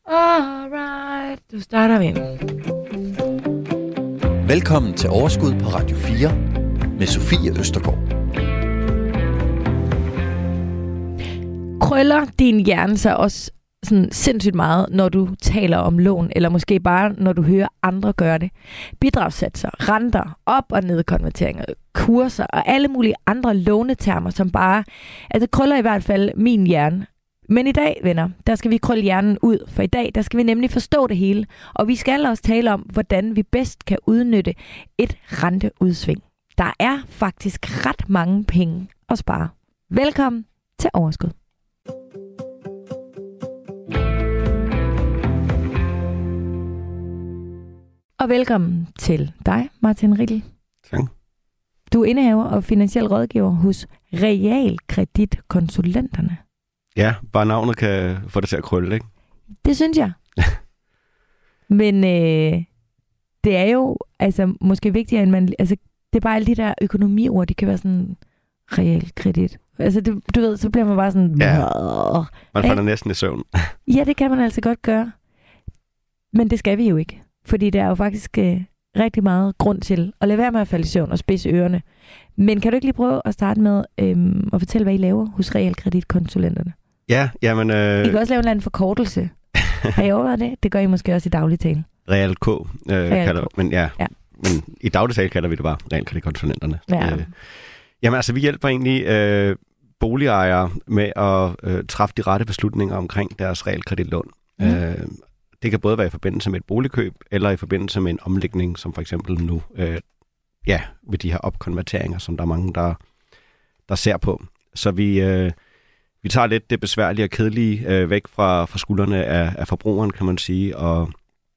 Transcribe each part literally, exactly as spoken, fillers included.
Alright, du starter vi. Velkommen til Overskud på Radio fire med Sofie Østergaard. Krøller din hjerne så også sådan sindssygt meget, når du taler om lån, eller måske bare, når du hører andre gøre det? Bidragssatser, renter, op- og nedkonverteringer, kurser og alle mulige andre lånetermer, som bare... Altså krøller i hvert fald min hjerne. Men i dag, venner, der skal vi krølle hjernen ud, for i dag, der skal vi nemlig forstå det hele. Og vi skal også tale om, hvordan vi bedst kan udnytte et renteudsving. Der er faktisk ret mange penge at spare. Velkommen til Overskud. Og velkommen til dig, Martin Riedel. Tak. Du er indehaver og finansiel rådgiver hos Realkreditkonsulenterne. Ja, bare navnet kan få det til at krølle, ikke? Det synes jeg. Men øh, det er jo altså måske vigtigere, end man... Altså, det er bare alle de der økonomiord, de kan være sådan realkredit. Altså, det, du ved, så bliver man bare sådan... Ja, Åh, man falder næsten i søvn. Ja, det kan man altså godt gøre. Men det skal vi jo ikke. Fordi der er jo faktisk øh, rigtig meget grund til at lade være med at falde i søvn og spidse ørerne. Men kan du ikke lige prøve at starte med øh, at fortælle, hvad I laver hos Realkreditkonsulenterne? Ja, jamen... Øh... I kan også lave en eller anden forkortelse. Har I overvejet det? Det gør I måske også i dagligtale. Real K, øh, Real kalder, K. men ja, ja. Men i dagligtale kalder vi det bare Realkreditkonsulenterne. Ja. Øh, jamen altså, vi hjælper egentlig øh, boligejere med at øh, træffe de rette beslutninger omkring deres realkreditlån. Mm. Øh, det kan både være i forbindelse med et boligkøb, eller i forbindelse med en omlægning, som for eksempel nu, øh, ja, ved de her opkonverteringer, som der er mange, der, der ser på. Så vi... Øh, Vi tager lidt det besværlige og kedelige øh, væk fra, fra skuldrene af, af forbrugeren, kan man sige, og,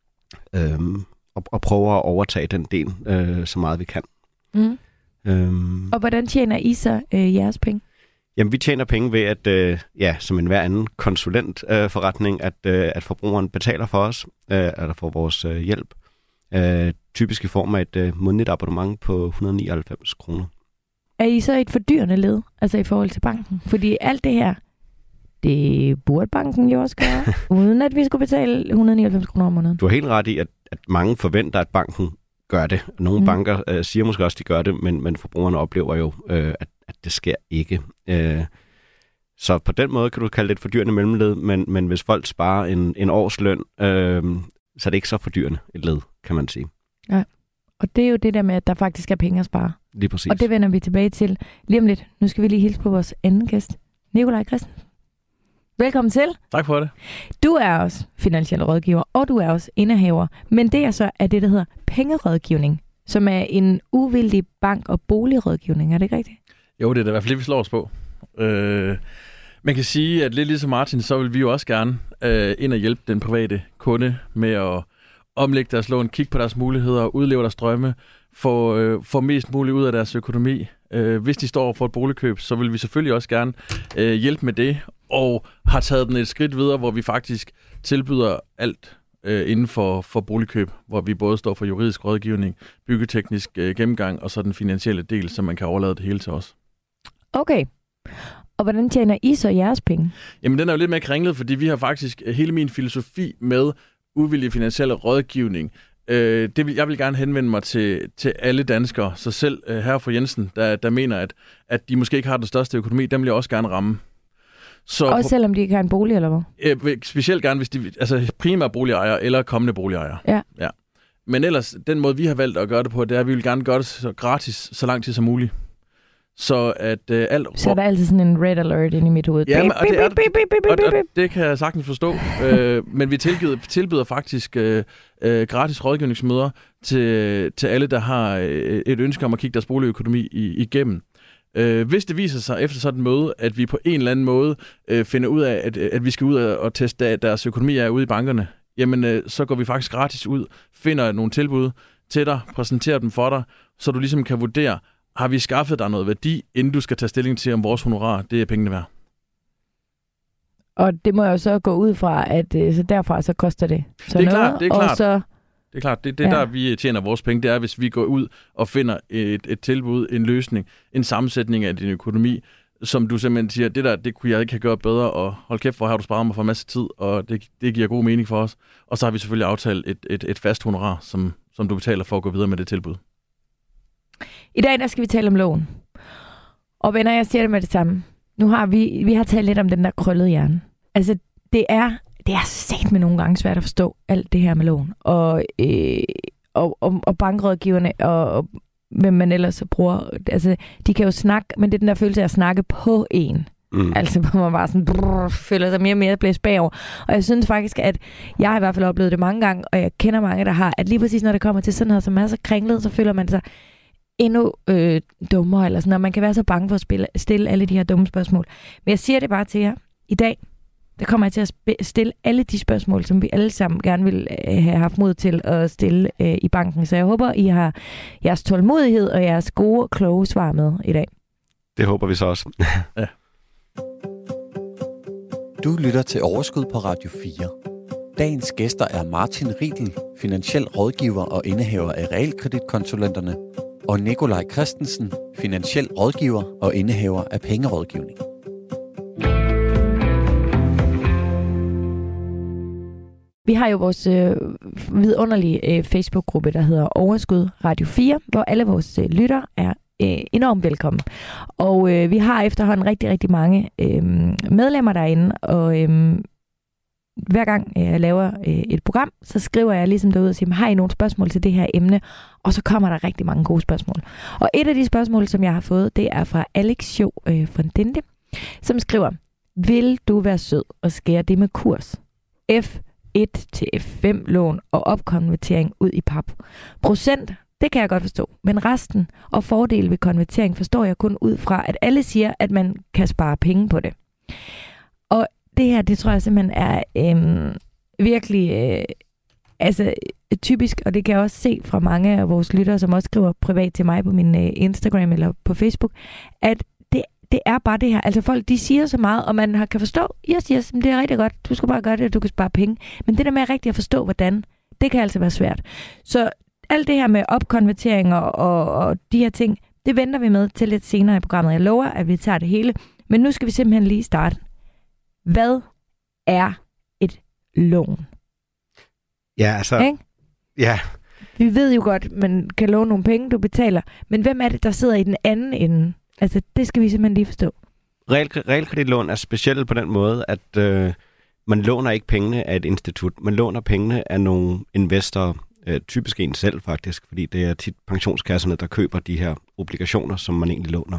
øhm, og, og prøver at overtage den del øh, så meget vi kan. Mm. Øhm, og hvordan tjener I så øh, jeres penge? Jamen, vi tjener penge ved, at øh, ja, som en hver anden konsulentforretning, øh, at, øh, at forbrugeren betaler for os, øh, eller for vores øh, hjælp. Øh, typisk i form af et øh, månedligt abonnement på et hundrede og nioghalvfems kroner. Er I så et fordyrende led, altså i forhold til banken? Fordi alt det her, det burde banken jo også gøre, uden at vi skulle betale et hundrede og nioghalvfems kroner om måneden. Du har helt ret i, at, at mange forventer, at banken gør det. Nogle mm. banker øh, siger måske også, at de gør det, men, men forbrugerne oplever jo, øh, at, at det sker ikke. Øh, så på den måde kan du kalde det et fordyrende mellemled, men, men hvis folk sparer en, en årsløn, øh, så er det ikke så fordyrende et led, kan man sige. Ja. Og det er jo det der med, at der faktisk er penge at spare. Lige præcis. Og det vender vi tilbage til lige om lidt. Nu skal vi lige hilse på vores anden gæst, Nikolaj Christensen. Velkommen til. Tak for det. Du er også finansiel rådgiver, og du er også indehaver. Men det er så er det, der hedder pengerådgivning, som er en uvildig bank- og boligrådgivning. Er det ikke rigtigt? Jo, det er da i hvert fald det, vi slår os på. Øh, man kan sige, at lidt ligesom Martin, så vil vi jo også gerne øh, ind og hjælpe den private kunde med at omlægge deres lån, kigge på deres muligheder, udleve deres drømme, få, øh, få mest muligt ud af deres økonomi. Øh, hvis de står for et boligkøb, så vil vi selvfølgelig også gerne øh, hjælpe med det, og har taget den et skridt videre, hvor vi faktisk tilbyder alt øh, inden for, for boligkøb, hvor vi både står for juridisk rådgivning, byggeteknisk øh, gennemgang, og så den finansielle del, så man kan overlade det hele til os. Okay. Og hvordan tjener I så jeres penge? Jamen, den er jo lidt mere kringlet, fordi vi har faktisk hele min filosofi med uvillig finansiel rådgivning. Øh, det vil, jeg vil gerne henvende mig til, til alle danskere, så selv øh, herre fru Jensen, der, der mener, at, at de måske ikke har den største økonomi, dem vil jeg også gerne ramme. Så også selvom de ikke har en bolig, eller hvad? Øh, specielt gerne, hvis de altså primære boligejere eller kommende boligejere. Ja. ja. Men ellers, den måde, vi har valgt at gøre det på, det er, at vi vil gerne gøre det så gratis, så lang tid som muligt. Så at øh, alt... Så er der altid sådan en red alert inde i mit hoved. Ja, men, og, det er, og, og det kan jeg sagtens forstå. øh, men vi tilbyder, tilbyder faktisk øh, øh, gratis rådgivningsmøder til, til alle, der har øh, et ønske om at kigge deres boligøkonomi i, igennem. Øh, hvis det viser sig efter sådan et møde, at vi på en eller anden måde øh, finder ud af, at, at vi skal ud og teste deres økonomi er ude i bankerne, jamen øh, så går vi faktisk gratis ud, finder nogle tilbud til dig, præsenterer dem for dig, så du ligesom kan vurdere, har vi skaffet dig noget værdi, inden du skal tage stilling til, om vores honorar, det er pengene værd. Og det må jeg jo så gå ud fra, at øh, så derfra så koster det så det er noget. Klart, det er klart. Og så... Det er klart, det, det er ja. Der, vi tjener vores penge. Det er, hvis vi går ud og finder et, et tilbud, en løsning, en sammensætning af din økonomi, som du simpelthen siger, det der, det kunne jeg ikke have gjort bedre, og hold kæft, hvor har du sparet mig for en masse tid, og det, det giver god mening for os. Og så har vi selvfølgelig aftalt et, et, et fast honorar, som, som du betaler for at gå videre med det tilbud. I dag der skal vi tale om loven. Og venner, jeg siger det med det samme. Nu har vi, vi har talt lidt om den der krøllede hjerne. Altså, det er, det er sat med nogle gange svært at forstå alt det her med loven. Og, øh, og, og, og bankrådgiverne, og, og hvem man ellers bruger, altså, de kan jo snakke, men det er den der følelse af at snakke på en. Mm. Altså, hvor man bare sådan, brrr, føler sig mere og mere blæst bagover. Og jeg synes faktisk, at jeg har i hvert fald oplevet det mange gange, og jeg kender mange, der har, at lige præcis når det kommer til sådan noget, som er så kringlet, så føler man sig endnu øh, dummere, eller sådan, og man kan være så bange for at spille, stille alle de her dumme spørgsmål. Men jeg siger det bare til jer, i dag, der kommer jeg til at sp- stille alle de spørgsmål, som vi alle sammen gerne vil øh, have haft mod til at stille øh, i banken. Så jeg håber, I har jeres tålmodighed og jeres gode, kloge svar med i dag. Det håber vi så også. Ja. Du lytter til Overskud på Radio fire. Dagens gæster er Martin Riedel, finansiel rådgiver og indehaver af realkreditkonsulenterne, og Nikolaj Christensen, finansiel rådgiver og indehaver af pengerådgivning. Vi har jo vores øh, vidunderlige øh, Facebook-gruppe, der hedder Overskud Radio fire, hvor alle vores øh, lytter er øh, enormt velkommen. Og øh, vi har efterhånden rigtig, rigtig mange øh, medlemmer derinde, og øh, hver gang jeg laver øh, et program, så skriver jeg ligesom derude og siger, har I nogle spørgsmål til det her emne? Og så kommer der rigtig mange gode spørgsmål. Og et af de spørgsmål, som jeg har fået, det er fra Alex Sjo øh, von Dinde, som skriver, vil du være sød og skære det med kurs? F et til F fem lån og opkonvertering ud i pap. Procent, det kan jeg godt forstå. Men resten og fordele ved konvertering forstår jeg kun ud fra, at alle siger, at man kan spare penge på det. Og det her, det tror jeg simpelthen er øhm, virkelig øh, altså, typisk, og det kan jeg også se fra mange af vores lyttere, som også skriver privat til mig på min øh, Instagram eller på Facebook, at det, det er bare det her. Altså folk, de siger så meget, og man kan forstå, jeg siger, at det er rigtig godt, du skal bare gøre det, og du kan spare penge. Men det der med rigtig at forstå, hvordan, det kan altså være svært. Så alt det her med opkonverteringer og, og de her ting, det venter vi med til lidt senere i programmet. Jeg lover, at vi tager det hele. Men nu skal vi simpelthen lige starte. Hvad er et lån? Ja, altså... Ikke? Ja. Vi ved jo godt, man kan låne nogle penge, du betaler. Men hvem er det, der sidder i den anden ende? Altså, det skal vi simpelthen lige forstå. Real, realkreditlån er specielt på den måde, at øh, man låner ikke pengene af et institut. Man låner pengene af nogle investorer, øh, typisk en selv faktisk, fordi det er tit pensionskasserne, der køber de her obligationer, som man egentlig låner.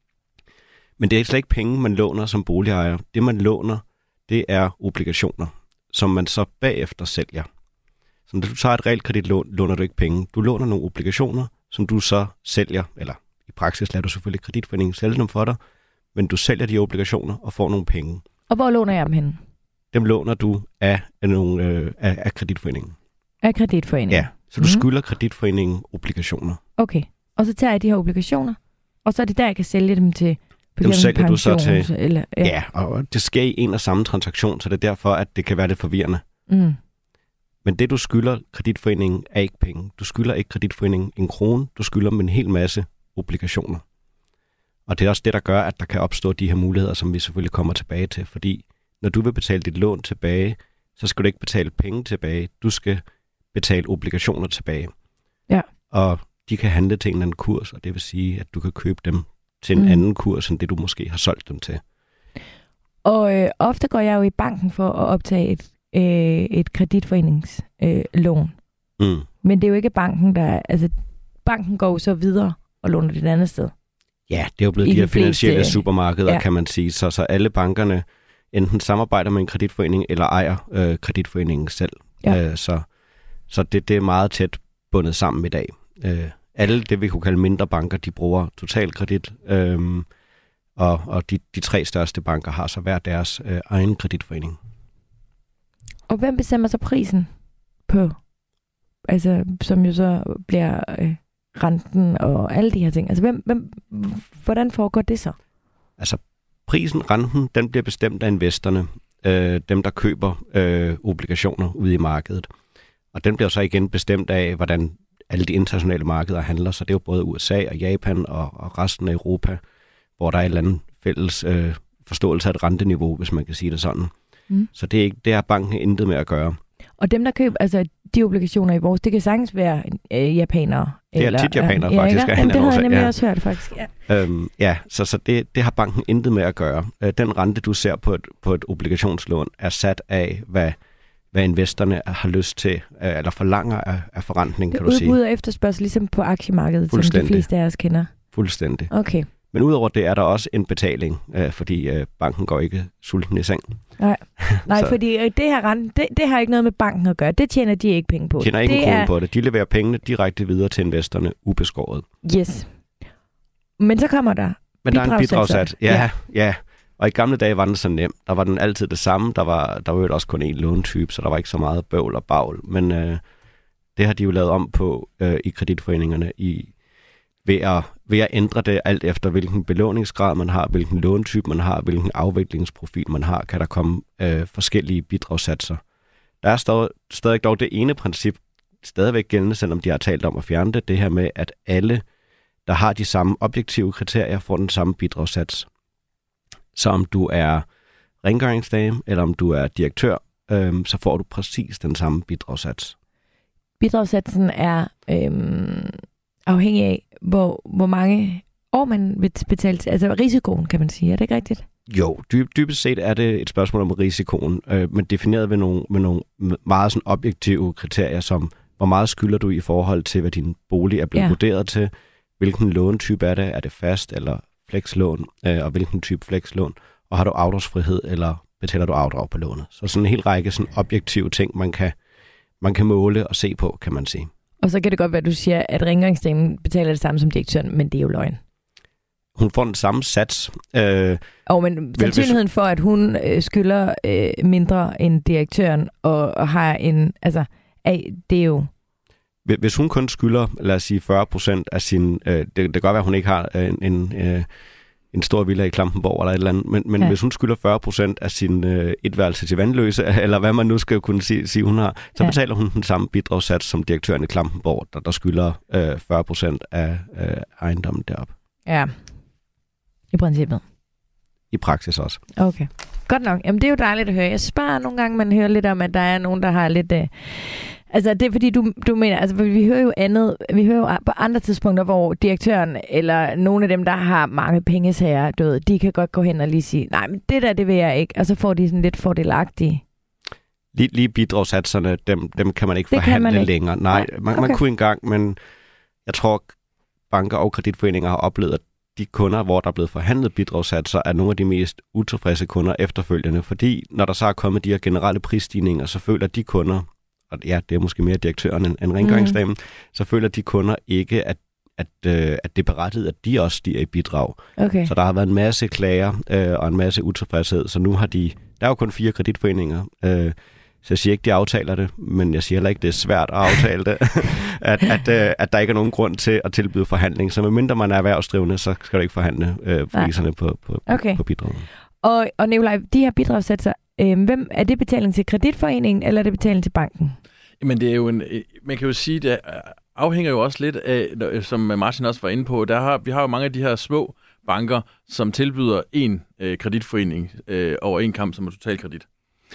Men det er slet ikke penge, man låner som boligejer. Det, man låner, det er obligationer, som man så bagefter sælger. Så når du tager et realkreditlån, låner du ikke penge. Du låner nogle obligationer, som du så sælger, eller i praksis lader du selvfølgelig kreditforeningen sælge dem for dig, men du sælger de obligationer og får nogle penge. Og hvor låner jeg dem henne? Dem låner du af, af, nogle, øh, af, af kreditforeningen. Af kreditforeningen? Ja, så du mm-hmm. skylder kreditforeningen obligationer. Okay, og så tager jeg de her obligationer, og så er det der, jeg kan sælge dem til dem sælger du så til, eller, ja. ja, og det sker i en og samme transaktion, så det er derfor, at det kan være lidt forvirrende. Mm. Men det, du skylder kreditforeningen, er ikke penge. Du skylder ikke kreditforeningen en krone, du skylder dem en hel masse obligationer. Og det er også det, der gør, at der kan opstå de her muligheder, som vi selvfølgelig kommer tilbage til. Fordi når du vil betale dit lån tilbage, så skal du ikke betale penge tilbage. Du skal betale obligationer tilbage. Ja. Og de kan handle til en eller anden kurs, og det vil sige, at du kan købe dem til en mm. anden kurs, end det du måske har solgt dem til. Og øh, ofte går jeg jo i banken for at optage et, øh, et kreditforeningslån. Øh, mm. Men det er jo ikke banken, der... Altså, banken går jo så videre og låner det et andet sted. Ja, det er jo blevet I de her finansielle fleste, supermarkeder, ja. Kan man sige. Så, så alle bankerne enten samarbejder med en kreditforening, eller ejer øh, kreditforeningen selv. Ja. Øh, så så det, det er meget tæt bundet sammen i dag. Øh, alle det, vi kunne kalde mindre banker, de bruger totalkredit, øh, og, og de, de tre største banker har så hver deres øh, egen kreditforening. Og hvem bestemmer så prisen på, altså som jo så bliver øh, renten og alle de her ting? Altså hvem, hvem, hvordan foregår det så? Altså prisen, renten, den bliver bestemt af investorerne, øh, dem der køber øh, obligationer ude i markedet. Og den bliver så igen bestemt af, hvordan alle de internationale markeder handler. Så det er jo både U S A og Japan og, og resten af Europa, hvor der er et eller andet fælles øh, forståelse af et renteniveau, hvis man kan sige det sådan. Mm. Så det er, ikke, det har banken intet med at gøre. Og dem, der køber, altså de obligationer i vores, det kan sagtens være øh, japanere. Det er eller, tit japanere, øh, faktisk. Ja, Jamen, det havde jeg nemlig ja. også hørt, faktisk. Ja, øhm, ja så, så det, det har banken intet med at gøre. Øh, den rente, du ser på et, på et obligationslån, er sat af, hvad, hvad investorerne har lyst til, øh, eller forlanger af, af forrentning, kan du sige. Udbud og efterspørgsel, ligesom på aktiemarkedet, som de fleste af os kender. Fuldstændig. Okay. Men udover det er der også en betaling, øh, fordi øh, banken går ikke sulten i seng. Nej, Nej fordi øh, det her rente, det, det har ikke noget med banken at gøre. Det tjener de ikke penge på. Tjener ikke det en krone er... på det. De leverer pengene direkte videre til investorerne ubeskåret. Yes. Men så kommer der Men der er en bidragssats. Ja, ja, ja. Og i gamle dage var den så nem. Der var den altid det samme. Der var, der var jo også kun én låntype, så der var ikke så meget bøvl og bagl. Men øh, det har de jo lavet om på øh, i kreditforeningerne i ved at, ved at ændre det alt efter, hvilken belåningsgrad man har, hvilken låntype man har, hvilken afviklingsprofil man har, kan der komme øh, forskellige bidragssatser. Der er stadig, stadig dog det ene princip stadigvæk gældende, selvom de har talt om at fjerne det, det her med, at alle, der har de samme objektive kriterier, får den samme bidragssats. Så om du er rengøringsdame, eller om du er direktør, øh, så får du præcis den samme bidragssats. Bidragssatsen er øh, afhængig af, hvor, hvor mange år man vil betale til. Altså risikoen, kan man sige. Er det ikke rigtigt? Jo, dyb, dybest set er det et spørgsmål om risikoen, øh, men defineret ved nogle, med nogle meget sådan objektive kriterier, som hvor meget skylder du i forhold til, hvad din bolig er blevet ja. vurderet til, hvilken låntype er det, er det fast eller flekslån, øh, og hvilken type flekslån, og har du afdragsfrihed, eller betaler du afdrag på lånet. Så sådan en hel række sådan objektive ting, man kan, man kan måle og se på, kan man sige. Og så kan det godt være, at du siger, at rengøringsdamen betaler det samme som direktøren, men det er jo løgn. Hun får den samme sats. Øh, og men sandsynligheden for, at hun øh, skylder øh, mindre end direktøren, og, og har en, altså, af, det er jo... Hvis hun kun skylder, lad os sige, fyrre procent af sin... Øh, det, det kan godt være, at hun ikke har en, en, øh, en stor villa i Klampenborg eller et eller andet, men, men ja. hvis hun skylder fyrre procent af sin øh, etværelse til vandløse, eller hvad man nu skal kunne sige, sige hun har, så ja. betaler hun den samme bidragssats som direktøren i Klampenborg, der, der skylder øh, fyrre procent af øh, ejendommen deroppe. Ja, i princippet. I praksis også. Okay. Godt nok. Jamen, det er jo dejligt at høre. Jeg synes bare nogle gange, man hører lidt om, at der er nogen, der har lidt... Øh... Altså, det er fordi, du, du mener... Altså, vi hører jo andet... Vi hører jo på andre tidspunkter, hvor direktøren eller nogle af dem, der har mange pengesager, du ved, de kan godt gå hen og lige sige, nej, men det der, det vil jeg ikke. Og så får de sådan lidt fordelagtige... Lige, lige bidragssatserne, dem, dem kan man ikke det forhandle man ikke. længere. Nej, man, okay. man kunne engang, men jeg tror, banker og kreditforeninger har oplevet, at de kunder, hvor der er blevet forhandlet bidragssatser, er nogle af de mest utilfredse kunder efterfølgende, fordi når der så er kommet de her generelle prisstigninger, så føler de kunder, og ja, det er måske mere direktøren end, end rengøringsdamen, mm. så føler de kunder ikke, at, at, øh, at det er berettiget, at de også stiger i bidrag. Okay. Så der har været en masse klager øh, og en masse utilfredshed, så nu har de, der er jo kun fire kreditforeninger, øh, så jeg siger ikke, de aftaler det, men jeg siger heller ikke, det er svært at aftale det, at, at, at, at der ikke er nogen grund til at tilbyde forhandling. Så medmindre man er erhvervsdrivende, så skal du ikke forhandle øh, priserne på, på, okay. på bidraget. Og, og Nikolaj, de her bidragssatser, øh, hvem, er det betaling til kreditforeningen, eller er det betaling til banken? Jamen det er jo en, man kan jo sige, det afhænger jo også lidt af, som Martin også var inde på, der har, vi har jo mange af de her små banker, som tilbyder en øh, kreditforening øh, over en kamp, som er totalkredit.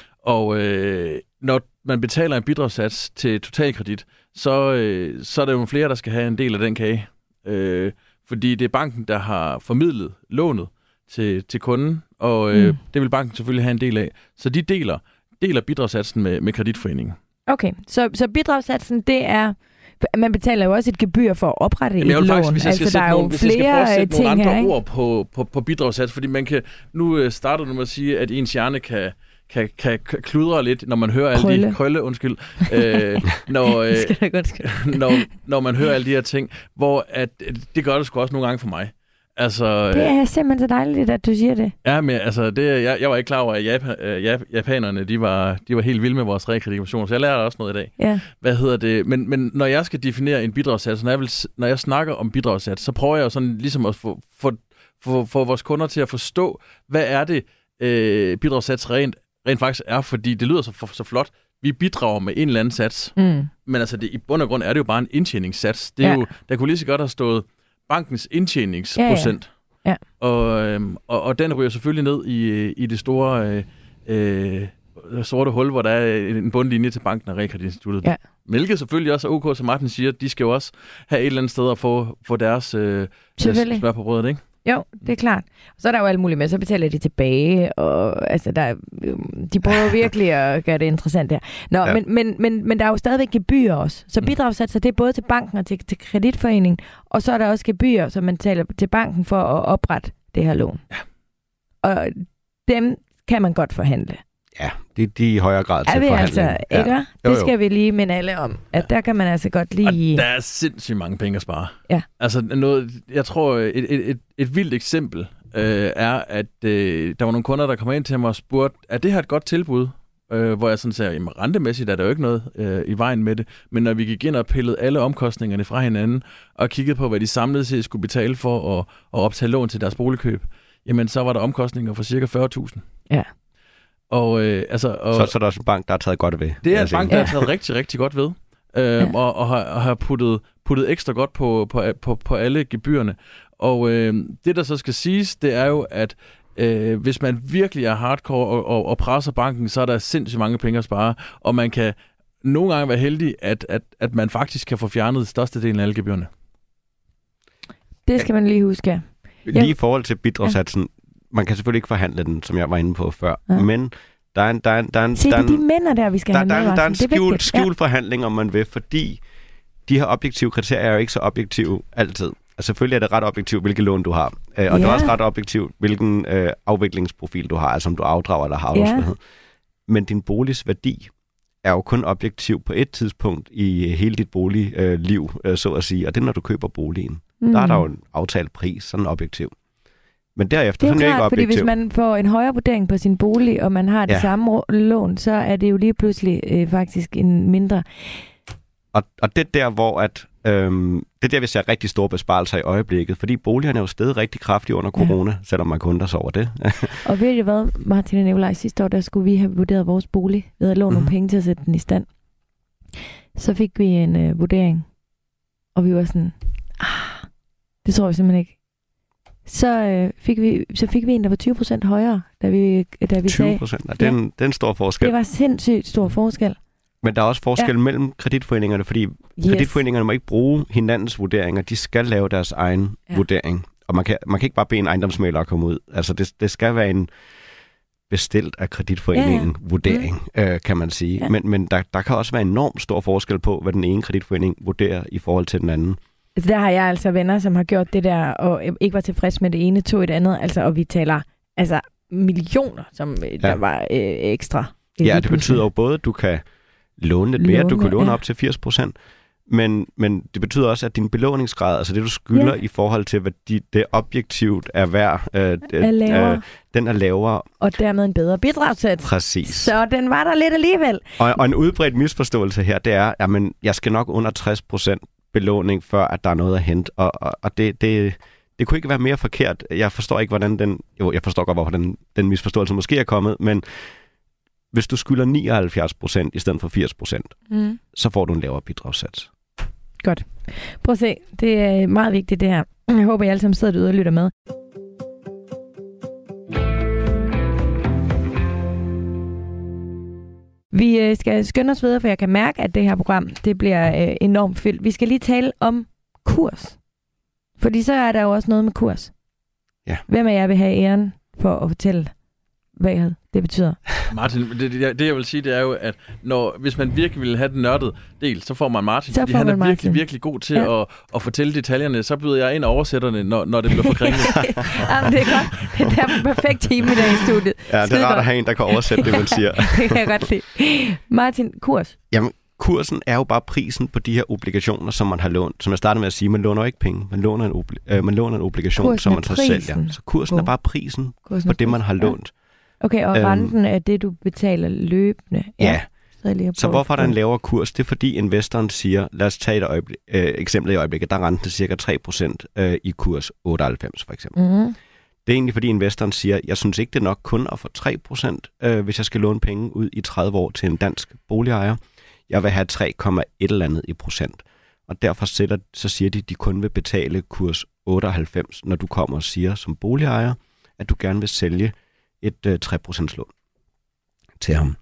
Og øh, når man betaler en bidragssats til totalkredit, så, øh, så er der jo flere, der skal have en del af den kage. Øh, fordi det er banken, der har formidlet lånet til, til kunden, og øh, mm. det vil banken selvfølgelig have en del af. Så de deler, deler bidragssatsen med, med kreditforeningen. Okay, så, så bidragssatsen, det er... Man betaler jo også et gebyr for at oprette Jamen, et lån. Faktisk, hvis jeg skal altså, sætte, nogle, hvis jeg skal prøve at sætte nogle andre her, ord på, på, på bidragssats, fordi man kan... Nu starter du med at sige, at ens hjerne kan... Kan, kan kludre lidt, når man hører alle krølle. de krølle, undskyld, øh, når, øh, når, når man hører alle de her ting, hvor at, det gør det sgu også nogle gange for mig. Altså, det er simpelthen så dejligt, at du siger det. Ja, men altså, det, jeg, jeg var ikke klar over, at Japan, øh, japanerne, de var, de var helt vilde med vores realkreditation, så jeg lærer også noget i dag. Ja. Hvad hedder det? Men, men når jeg skal definere en bidragssats, når jeg, vil, når jeg snakker om bidragssats, så prøver jeg jo sådan ligesom at få, få, få, få vores kunder til at forstå, hvad er det, øh, bidragssats rent rent faktisk er, fordi det lyder så, så flot. Vi bidrager med en eller anden sats, mm. men altså det, i bund og grund er det jo bare en indtjeningssats. Det er ja. jo, der kunne lige så godt have stået bankens indtjeningsprocent. Ja. Og, øh, og, og den ryger selvfølgelig ned i, i det store øh, øh, sorte hul, hvor der er en bundlinje til banken og realkreditinstituttet. Ja. Hvilket selvfølgelig også er ok, som Martin siger, de skal jo også have et eller andet sted at få, få deres øh, smør på brødet, ikke? Jo, det er klart. Og så er der jo alt muligt med, så betaler de tilbage, og altså, der, de prøver virkelig at gøre det interessant her. Nå, ja. men, men, men, men der er jo stadigvæk gebyrer også. Så bidragssatser, det er både til banken og til, til kreditforeningen, og så er der også gebyrer, som man betaler til banken for at oprette det her lån. Ja. Og dem kan man godt forhandle. Ja, de, de er i højere grad til er vi forhandling. altså, ikke? Ja. Det skal vi lige minde alle om, at der kan man altså godt lige... Og der er sindssygt mange penge at spare. Ja. Altså, noget, jeg tror, et, et, et, et vildt eksempel øh, er, at øh, der var nogle kunder, der kom ind til mig og spurgte, er det her et godt tilbud? Øh, hvor jeg sådan sagde, jamen rentemæssigt er der jo ikke noget øh, i vejen med det, men når vi gik ind og pillede alle omkostningerne fra hinanden, og kiggede på, hvad de samlet set skulle betale for at, at optage lån til deres boligkøb, jamen så var der omkostninger for cirka fyrre tusind. Ja. Og, øh, altså, og så, så er der også en bank, der har taget godt ved. Det er en bank, der har taget rigtig, rigtig godt ved. Øh, ja. og, og har, og har puttet, puttet ekstra godt på, på, på, på alle gebyrerne. Og øh, det, der så skal siges, det er jo, at øh, hvis man virkelig er hardcore og, og, og presser banken, så er der sindssygt mange penge at spare. Og man kan nogle gange være heldig, at, at, at man faktisk kan få fjernet størstedelen af alle gebyrerne. Det skal man lige huske. Lige i forhold til bidragssatsen, ja. Man kan selvfølgelig ikke forhandle den, som jeg var inde på før, ja. Men der er en... Der er en, der er en Se, der det er de mænd der, vi skal der, have der, med. Der, der er en skjul, skjul ja. forhandling, om man vil, fordi de her objektive kriterier er jo ikke så objektive altid. Altså selvfølgelig er det ret objektivt, hvilket lån du har. Og ja. Det er også ret objektivt, hvilken øh, afviklingsprofil du har, altså om du afdrager eller har afdragsfrihed. Ja. Men din boligs værdi er jo kun objektiv på et tidspunkt i hele dit boligliv, øh, så at sige. Og det er, når du køber boligen. Mm. Der er der jo en aftalt pris, sådan objektiv. Men derefter, det er så er jo ikke klart, objektiv. Fordi hvis man får en højere vurdering på sin bolig, og man har det ja. samme lån, så er det jo lige pludselig øh, faktisk en mindre. Og, og det er der, hvor at, øhm, det er der, vi ser rigtig store besparelser i øjeblikket, fordi boligerne er jo steget rigtig kraftigt under corona, ja. Selvom man kun der så over det. Og ved du hvad, Martin og Nikolaj, sidste år, der skulle vi have vurderet vores bolig, ved at låne mm-hmm. nogle penge til at sætte den i stand. Så fik vi en øh, vurdering, og vi var sådan, ah, det tror jeg simpelthen ikke. Så, øh, fik vi, så fik vi en, der var tyve procent højere, da vi, da vi tyve procent? sagde... Det er, en, det er en stor forskel. Det var sindssygt stor forskel. Men der er også forskel ja. mellem kreditforeningerne, fordi yes. kreditforeningerne må ikke bruge hinandens vurderinger. De skal lave deres egen ja. vurdering. Og man kan, man kan ikke bare bede en ejendomsmægler at komme ud. Altså det, det skal være en bestilt af kreditforeningen ja, ja. vurdering, mm. øh, kan man sige. Ja. Men, men der, der kan også være enormt stor forskel på, hvad den ene kreditforening vurderer i forhold til den anden. Altså, der har jeg altså venner, som har gjort det der, og ikke var tilfreds med det ene, tog et andet, altså, og vi taler altså millioner, som ja. der var øh, ekstra. Ja, det betyder jo både, at du kan låne lidt mere, låne, du kan låne ja. op til firs procent, men, men det betyder også, at din belåningsgrad, altså det, du skylder ja. i forhold til, hvad de, det objektivt er værd, øh, er øh, den er lavere. Og dermed en bedre bidragssats. Præcis. Så den var der lidt alligevel. Og, og en udbredt misforståelse her, det er, at jeg skal nok under tres procent belåning, før at der er noget at hente. Og, og, og det, det, det kunne ikke være mere forkert. Jeg forstår ikke, hvordan den... Jo, jeg forstår godt, hvorfor den, den misforståelse måske er kommet, men hvis du skylder nioghalvfjerds procent i stedet for firs procent, mm. så får du en lavere bidragssats. Godt. Prøv at se. Det er meget vigtigt, det her. Jeg håber, I alle sammen sidder derude og lytter med. Vi skal skynde os videre, for jeg kan mærke, at det her program det bliver øh, enormt fyldt. Vi skal lige tale om kurs. Fordi så er der jo også noget med kurs. Ja. Hvem af jer vil have æren for at fortælle, hvad det betyder? Martin, det, det, det jeg vil sige, det er jo, at når, hvis man virkelig vil have den nørdede del, så får man Martin, så fordi han er Martin. virkelig, virkelig god til ja. at, at fortælle detaljerne. Så byder jeg ind oversætterne, når, når det bliver for kringlet. Jamen, det er godt. Det er en perfekt team i dag i studiet. Ja, det er rart at have en, der kan oversætte det, man siger. Det kan jeg godt lide. Martin, kurs? Jamen, kursen er jo bare prisen på de her obligationer, som man har lånt. Som jeg startede med at sige, man låner ikke penge. Man låner en, obli- øh, man låner en obligation, kursen som man så sælger. Så kursen er bare prisen kursen på det, man har lånt. Okay, og øhm, renten er det, du betaler løbende? Ja. Så, så hvorfor er der en lavere kurs? Det er fordi investoren siger, lad os tage et øjeblik, øh, eksempel i øjeblikket, der er renten cirka tre procent øh, i kurs otteoghalvfems for eksempel. Mm-hmm. Det er egentlig fordi investoren siger, jeg synes ikke det er nok kun at få tre procent, øh, hvis jeg skal låne penge ud i tredive år til en dansk boligejer. Jeg vil have tre komma et eller andet i procent. og derfor sætter, så siger de, at de kun vil betale kurs otteoghalvfems, når du kommer og siger som boligejer, at du gerne vil sælge et uh, tre procent lån til ham.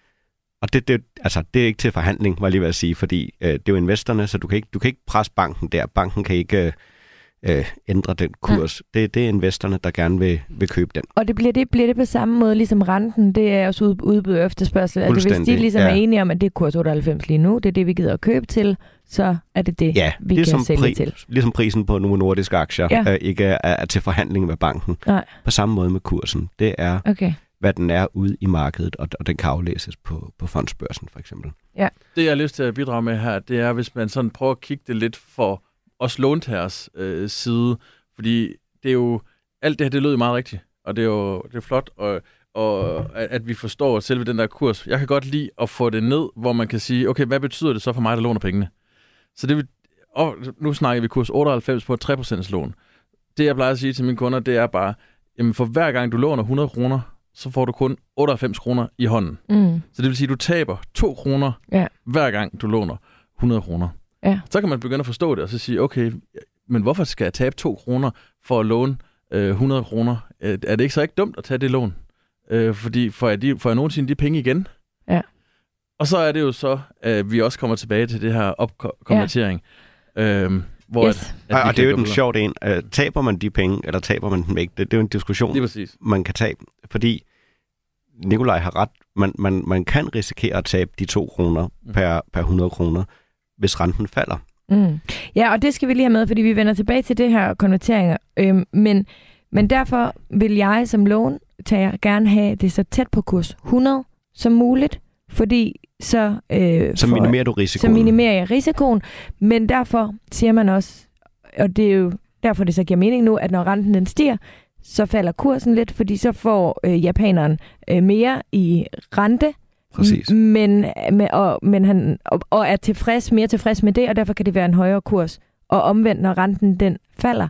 Og det, det, altså, det er ikke til forhandling, var jeg lige ved at sige, fordi øh, det er jo investorerne, så du kan ikke, du kan ikke presse banken der. Banken kan ikke øh, øh, ændre den kurs. Ja. Det, det er investorerne, der gerne vil, vil købe den. Og det bliver, det bliver det på samme måde, ligesom renten, det er også ud, udbud og efterspørgsel. Altså hvis de ligesom ja. er enige om, at det er kurs otteoghalvfems lige nu, det er det, vi gider at købe til, så er det det, ja, vi ligesom kan sælge pri- til. Ligesom prisen på nogle nordiske aktier ja. øh, ikke er, er til forhandling med banken. Nej. På samme måde med kursen. Det er... Okay. hvad den er ude i markedet, og, og den kan aflæses på, på fondsbørsen, for eksempel. Ja. Det, jeg har lyst til at bidrage med her, det er, hvis man sådan prøver at kigge det lidt for os låntagers øh, side, fordi det er jo, alt det her, det lød meget rigtigt, og det er jo det er flot, og, og at, at vi forstår selve den der kurs. Jeg kan godt lide at få det ned, hvor man kan sige, okay, hvad betyder det så for mig, der låner pengene? Så det vil, og nu snakker vi kurs otteoghalvfems på et tre procent lån. Det, jeg plejer at sige til mine kunder, det er bare, jamen for hver gang du låner hundrede kroner, så får du kun otteoghalvfems kroner i hånden. Mm. Så det vil sige, at du taber to kroner, ja. hver gang du låner hundrede kroner. Ja. Så kan man begynde at forstå det, og så sige, okay, men hvorfor skal jeg tabe to kroner for at låne øh, hundrede kroner? Er det ikke så ikke dumt at tage det lån? Øh, fordi får jeg, de, får jeg nogensinde de penge igen? Ja. Og så er det jo så, at vi også kommer tilbage til det her opkonvertering. Ja. Øh, Hvor yes. at, at og det er jo den sjovt en. Uh, taber man de penge, eller taber man dem ikke? Det, det er jo en diskussion, man kan tabe. Fordi Nikolaj har ret. Man, man, man kan risikere at tabe de to kroner mm. per, per hundrede kroner, hvis renten falder. Mm. Ja, og det skal vi lige have med, fordi vi vender tilbage til det her konverteringer. Øhm, men, men derfor vil jeg som låntager gerne have det så tæt på kurs hundrede som muligt, fordi så, øh, så minimerer du risikoen. Så minimerer jeg risikoen, men derfor siger man også, og det er jo derfor, det så giver mening nu, at når renten den stiger, så falder kursen lidt, fordi så får øh, japaneren øh, mere i rente, Præcis. Men, med, og, men han, og, og er tilfreds, mere tilfreds med det, og derfor kan det være en højere kurs. Og omvendt, når renten den falder,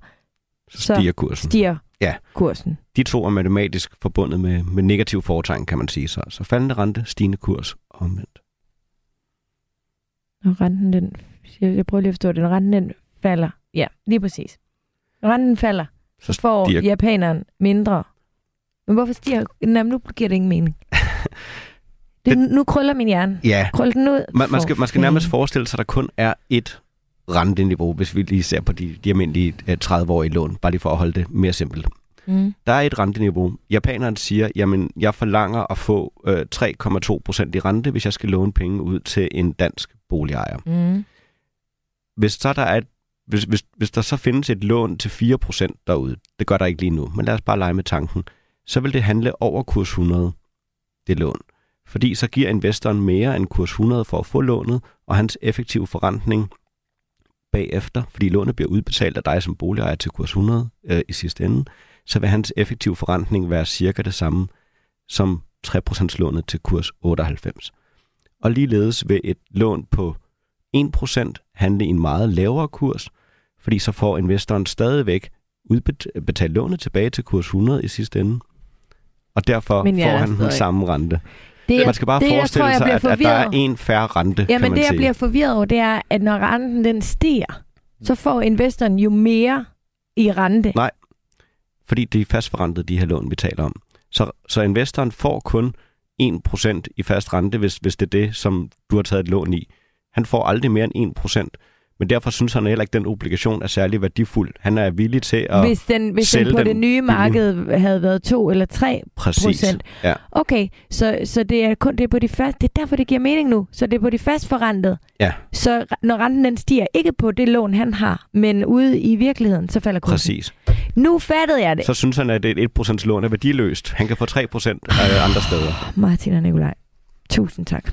så stiger kursen. Stiger ja. kursen. De to er matematisk forbundet med, med negativ foretegn, kan man sige. Så, så faldende rente, stigende kurs, omvendt. Og renten den, jeg prøver lige at forstå det, når renten den falder, ja, lige præcis. Når renten falder, så, så får stiger... japaneren mindre. Men hvorfor stiger? Jamen, nu giver det ingen mening. Det, det, nu krøller min hjerne. Ja. Krøl den ud. Man, man, skal, man skal nærmest forestille sig, at der kun er ét renteniveau, hvis vi lige ser på de, de almindelige tredive-årige lån, bare lige for at holde det mere simpelt. Mm. Der er et renteniveau. Japaneren siger, jamen, jeg forlanger at få øh, tre komma to procent i rente, hvis jeg skal låne penge ud til en dansk boligejer. Mm. Hvis, så der er et, hvis, hvis, hvis der så findes et lån til fire procent derude, det gør der ikke lige nu, men lad os bare lege med tanken, så vil det handle over kurs hundrede, det lån. Fordi så giver investoren mere end kurs hundrede for at få lånet, og hans effektive forrentning bagefter, fordi lånet bliver udbetalt af dig som boligejer til kurs hundrede øh, i sidste ende, så vil hans effektive forrentning være cirka det samme som tre procent lånet til kurs otteoghalvfems. Og ligeledes vil et lån på en procent handle i en meget lavere kurs, fordi så får investoren stadigvæk udbetalt lånet tilbage til kurs hundrede i sidste ende, og derfor ja, får han den samme rente. Det, man skal bare det, forestille tror, sig, at, at der er en fair rente, ja, kan man men det, sige. Jeg bliver forvirret over, det er, at når renten den stiger, så får investoren jo mere i rente. Nej, fordi det er fastforrentet, de her lån, vi taler om. Så, så investoren får kun en procent i fast rente, hvis, hvis det er det, som du har taget et lån i. Han får aldrig mere end en procent. Men derfor synes han heller ikke, at den obligation er særlig værdifuld. Han er villig til at Hvis den, hvis den på den det nye marked billig. havde været to eller tre procent. Ja. Okay, så, så det er kun det er på de fast. Det er derfor, det giver mening nu. Så det er på de fastforrentede. Ja. Så når renten den stiger, ikke på det lån, han har, men ude i virkeligheden, så falder kursen. Præcis. Nu fattede jeg det. Så synes han, at et en procent lån er værdiløst. Han kan få tre procent andre steder. Martin og Nikolaj, tusind tak.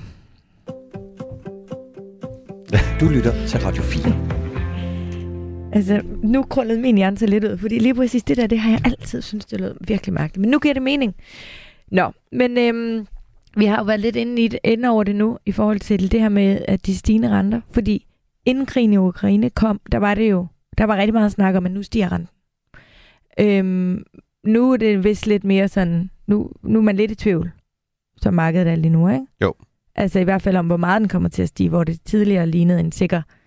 Du lytter til Radio fire. Altså, nu krøllede min hjerne så lidt ud, fordi lige præcis det der, det har jeg altid synes det lød virkelig mærkeligt. Men nu giver det mening. Nå, men øhm, vi har jo været lidt inde, i det, inde over det nu, i forhold til det her med at de stigende renter. Fordi inden krigen i Ukraine kom, der var det jo, der var rigtig meget snak om, at nu stiger renten. Øhm, nu er det vist lidt mere sådan, nu, nu er man lidt i tvivl, som markedet er lige nu, ikke? Jo. Altså i hvert fald om, hvor meget den kommer til at stige, hvor det tidligere lignede en sikker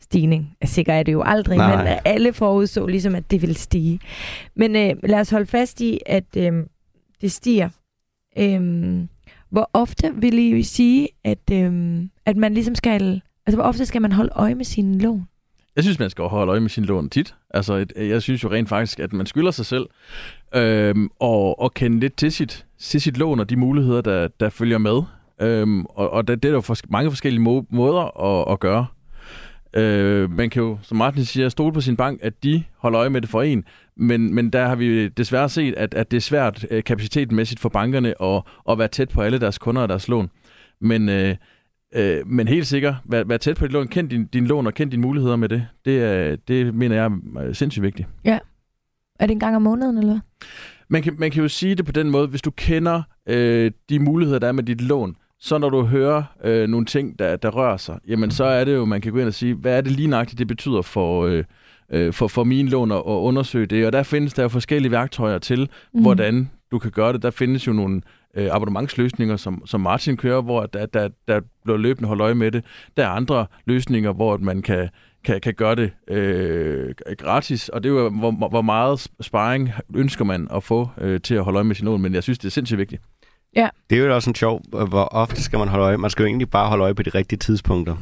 stigning. Sikkert er det jo aldrig, Nej. men alle forudså ligesom, at det vil stige. Men øh, lad os holde fast i, at øh, det stiger. Øh, hvor ofte vil I sige, at, øh, at man ligesom skal... Altså, hvor ofte skal man holde øje med sine lån? Jeg synes, man skal holde øje med sine lån tit. Altså, et, jeg synes jo rent faktisk, at man skylder sig selv øhm, og, og kende lidt til sit, til sit lån og de muligheder, der, der følger med. Øhm, og og det, det er jo for, mange forskellige må, måder at, at gøre. Øh, man kan jo, som Martin siger, stole på sin bank, at de holder øje med det for en. Men, men der har vi desværre set, at, at det er svært øh, kapacitetmæssigt for bankerne at, at være tæt på alle deres kunder og deres lån. Men... Øh, Øh, men helt sikkert, vær, vær tæt på dit lån, kend din, din lån og kend dine muligheder med det. Det, er, det mener jeg er sindssygt vigtigt. Ja. Er det en gang om måneden, eller? Man kan, man kan jo sige det på den måde, hvis du kender øh, de muligheder, der er med dit lån, så når du hører øh, nogle ting, der, der rører sig, jamen så er det jo, man kan gå ind og sige, hvad er det lige nøjagtigt, det betyder for, øh, øh, for, for mine lån at, at undersøge det. Og der findes der jo forskellige værktøjer til, mm. hvordan du kan gøre det. Der findes jo nogle øh, abonnementsløsninger, som, som Martin kører, hvor der, der, der bliver løbende holdt øje med det. Der er andre løsninger, hvor man kan, kan, kan gøre det øh, gratis, og det er jo, hvor, hvor meget sparring ønsker man at få øh, til at holde øje med sin lån, men jeg synes, det er sindssygt vigtigt. Ja. Det er jo også en sjov, hvor ofte skal man holde øje? Man skal jo egentlig bare holde øje på de rigtige tidspunkter.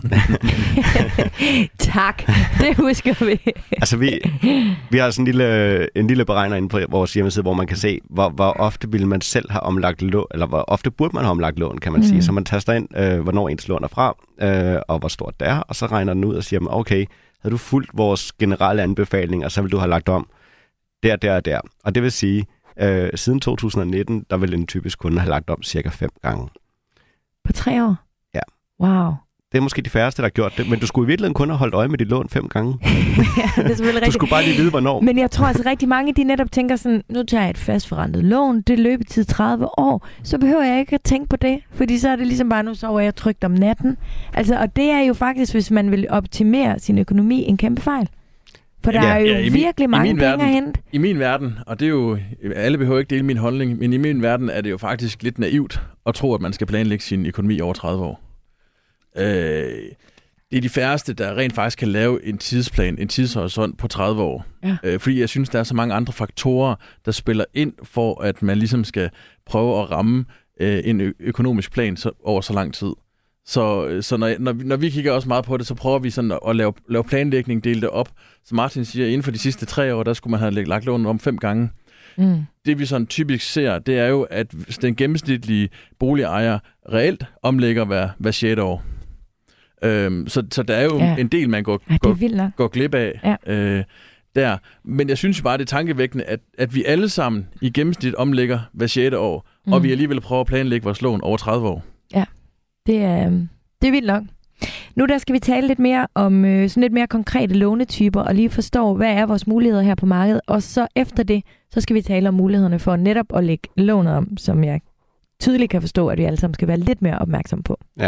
Tak, det husker vi. Altså vi, vi har sådan en lille, en lille beregner inde på vores hjemmeside, hvor man kan se, hvor, hvor ofte ville man selv have omlagt lån, eller hvor ofte burde man have omlagt lån, kan man mm. sige. Så man taster ind, øh, hvornår ens lån er fra, øh, og hvor stort det er, og så regner den ud og siger, okay, havde du fulgt vores generelle anbefalinger, så ville du have lagt om der, der og der. Og det vil sige, Øh, siden to tusind nitten, der vil en typisk kunde have lagt om cirka fem gange. På tre år? Ja. Wow. Det er måske de færreste, der har gjort det, men du skulle i virkeligheden kun have holdt øje med dit lån fem gange. Ja, det er selvfølgelig rigtigt. Du skulle bare lige vide, hvornår. Men jeg tror altså rigtig mange, de netop tænker sådan, nu tager jeg et fastforrentet lån, det er løbetid tredive år, så behøver jeg ikke at tænke på det, fordi så er det ligesom bare, nu sover jeg trygt om natten. Altså, og det er jo faktisk, hvis man vil optimere sin økonomi, en kæmpe fejl. For der ja, er jo ja, min, virkelig mange penge verden, at hente. I min verden, og det er jo, alle behøver ikke dele min holdning, men i min verden er det jo faktisk lidt naivt at tro, at man skal planlægge sin økonomi over tredive år. Øh, det er de færreste, der rent faktisk kan lave en tidsplan, en tidshorisont på tredive år. Ja. Øh, fordi jeg synes, der er så mange andre faktorer, der spiller ind for, at man ligesom skal prøve at ramme øh, en ø- økonomisk plan så, over så lang tid. Så, så når, når, vi, når vi kigger også meget på det, så prøver vi sådan at, at lave, lave planlægning, dele det op. Så Martin siger, at inden for de sidste tre år, der skulle man have lagt lånet om fem gange. Mm. Det vi sådan typisk ser, det er jo, at den gennemsnitlige boligejer reelt omlægger hver, hver sjette år. Øhm, så, så der er jo ja. en del, man går, ja, går, går glip af ja. øh, der. Men jeg synes jo bare, det er tankevækkende, at, at vi alle sammen i gennemsnit omlægger hver sjette år, mm. og vi alligevel prøver at planlægge vores lån over tredive år. Ja. Det er, det er vildt nok. Nu der skal vi tale lidt mere om øh, sådan lidt mere konkrete lånetyper, og lige forstå, hvad er vores muligheder her på markedet. Og så efter det, så skal vi tale om mulighederne for netop at lægge lånet om, som jeg tydeligt kan forstå, at vi alle sammen skal være lidt mere opmærksomme på. Ja.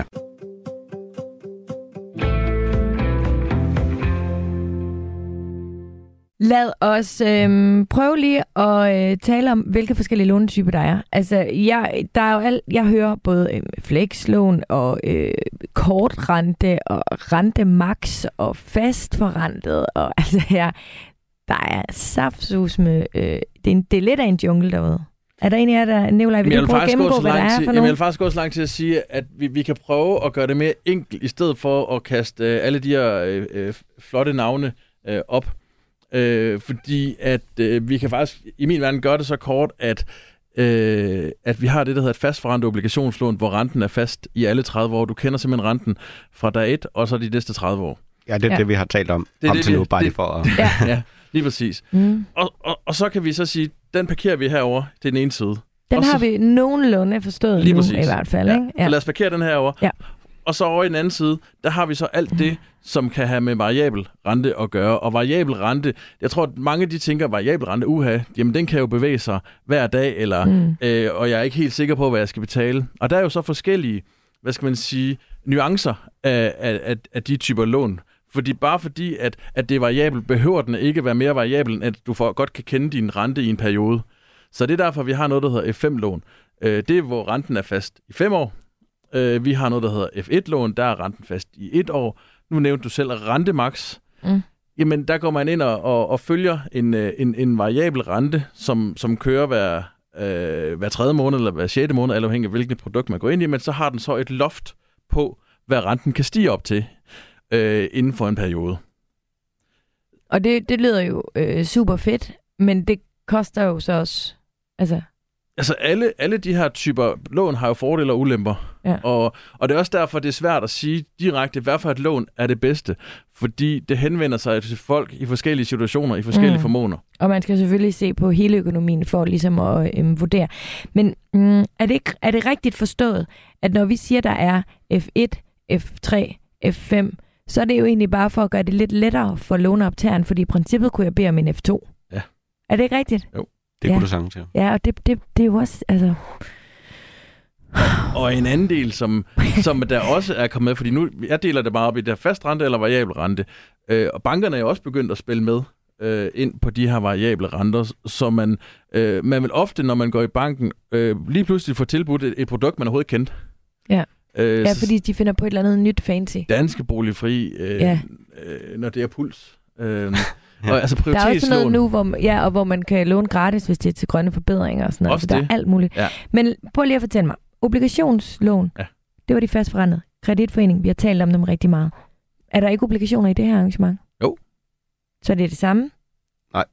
Lad os øh, prøve lige at øh, tale om, hvilke forskellige lånetyper der er. Altså, jeg, der er jo alt, jeg hører både øh, flekslån og øh, kortrente og rentemax og fastforrentet. Og altså, ja, der er saftsus med... Øh, det, er en, det er lidt af en jungle derude. Er der en af jer, der Nicolaj, vil du prøve at gennemgå, hvad der er for noget? Jeg vil faktisk gå så langt til at sige, at vi, vi kan prøve at gøre det mere enkelt, i stedet for at kaste øh, alle de her øh, øh, flotte navne øh, op. Øh, fordi at øh, vi kan faktisk i min verden gøre det så kort, at, øh, at vi har det, der hedder et fastforrentet obligationslån, hvor renten er fast i alle tredive år. Du kender simpelthen renten fra dag et, og så de næste tredive år. Ja, det er ja. det, vi har talt om, det, om det, til vi, nu, bare det, lige for at... Ja, ja lige præcis. Mm. Og, og, og så kan vi så sige, den parkerer vi herover til den ene side. Den og har så, vi nogenlunde forstået lige nu, præcis. I hvert fald. Ja. Ikke? Ja. Så lad os parkere den herover. Ja. Og så over i den anden side, der har vi så alt det, som kan have med variabel rente at gøre. Og variabel rente, jeg tror, at mange de tænker, variabel rente, uha, jamen den kan jo bevæge sig hver dag, eller, mm. øh, og jeg er ikke helt sikker på, hvad jeg skal betale. Og der er jo så forskellige, hvad skal man sige, nuancer af, af, af de typer lån. Fordi bare fordi, at, at det er variabel, behøver den ikke være mere variabel, end at du for, godt kan kende din rente i en periode. Så det er derfor, vi har noget, der hedder F fem lån. Øh, det er, hvor renten er fast i fem år. Vi har noget, der hedder F et lån, der er renten fast i et år. nu nævnte du selv Rentemax, Mm. jamen der går man ind og, og, og følger en, en, en variabel rente, som, som kører hver, øh, hver tredje måned eller hver sjette måned, eller afhængig af hvilket produkt man går ind i, men så har den så et loft på, hvad renten kan stige op til øh, inden for en periode. Og det, det lyder jo øh, super fedt, men det koster jo så også... Altså, Altså alle, alle de her typer lån har jo fordele og ulemper. Ja. Og, og det er også derfor, det er svært at sige direkte, hvad for et lån er det bedste. Fordi det henvender sig til folk i forskellige situationer, i forskellige mm. formåner. Og man skal selvfølgelig se på hele økonomien for ligesom at øhm, vurdere. Men mm, er, det ikke, er det rigtigt forstået, at når vi siger, der er F et, F tre, F fem, så er det jo egentlig bare for at gøre det lidt lettere for låneoptageren, fordi i princippet kunne jeg bede om en F to. Ja. Er det ikke rigtigt? Jo. Det ja. kunne du sagtens, ja. Ja, og det, det, det er jo også, altså... Og en anden del, som, som der også er kommet med, fordi nu, jeg deler det bare op i det her fast rente eller variabel rente, øh, og bankerne er jo også begyndt at spille med øh, ind på de her variable renter, så man, øh, man vil ofte, når man går i banken, øh, lige pludselig få tilbudt et, et produkt, man overhovedet kendt. Ja. Øh, ja, fordi de finder på et eller andet nyt fancy. Danske boligfri, øh, ja. øh, når det er puls. Øh, Ja. Og, altså der er også noget nu, hvor, ja, og hvor man kan låne gratis, hvis det er til grønne forbedringer og sådan noget. Så der er alt muligt. Ja. Men prøv lige at fortælle mig. Obligationslån, ja. Det var de fastforrentede. Kreditforening, vi har talt om dem rigtig meget. Er der ikke obligationer i det her arrangement? Jo. Så er det det samme? Nej.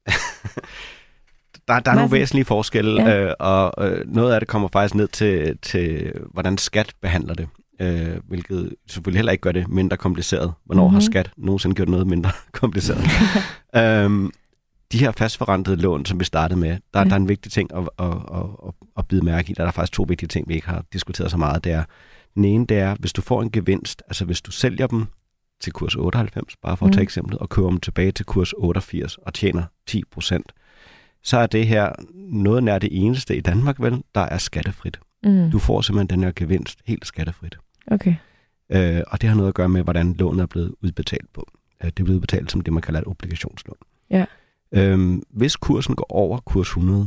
der, der er nogle væsentlige forskelle, ja. øh, og øh, noget af det kommer faktisk ned til, til hvordan skat behandler det. Øh, hvilket selvfølgelig heller ikke gør det mindre kompliceret. Hvornår mm-hmm. har skat nogensinde gjort noget mindre kompliceret? øhm, de her fastforrentede lån, som vi startede med, der, ja. der er en vigtig ting at, at, at, at bide mærke i. Der er faktisk to vigtige ting, vi ikke har diskuteret så meget. Det er, den ene, det er, hvis du får en gevinst, altså hvis du sælger dem til kurs otteoghalvfems, bare for mm. at tage eksemplet, og køber dem tilbage til kurs otteogfirs og tjener ti procent, så er det her noget nær det eneste i Danmark, vel, der er skattefrit. Mm. Du får simpelthen den her gevinst helt skattefrit. Okay. Øh, og det har noget at gøre med, hvordan lånet er blevet udbetalt på. Øh, det er blevet udbetalt som det, man kalder et obligationslån. Ja. Øh, hvis kursen går over kurs hundrede,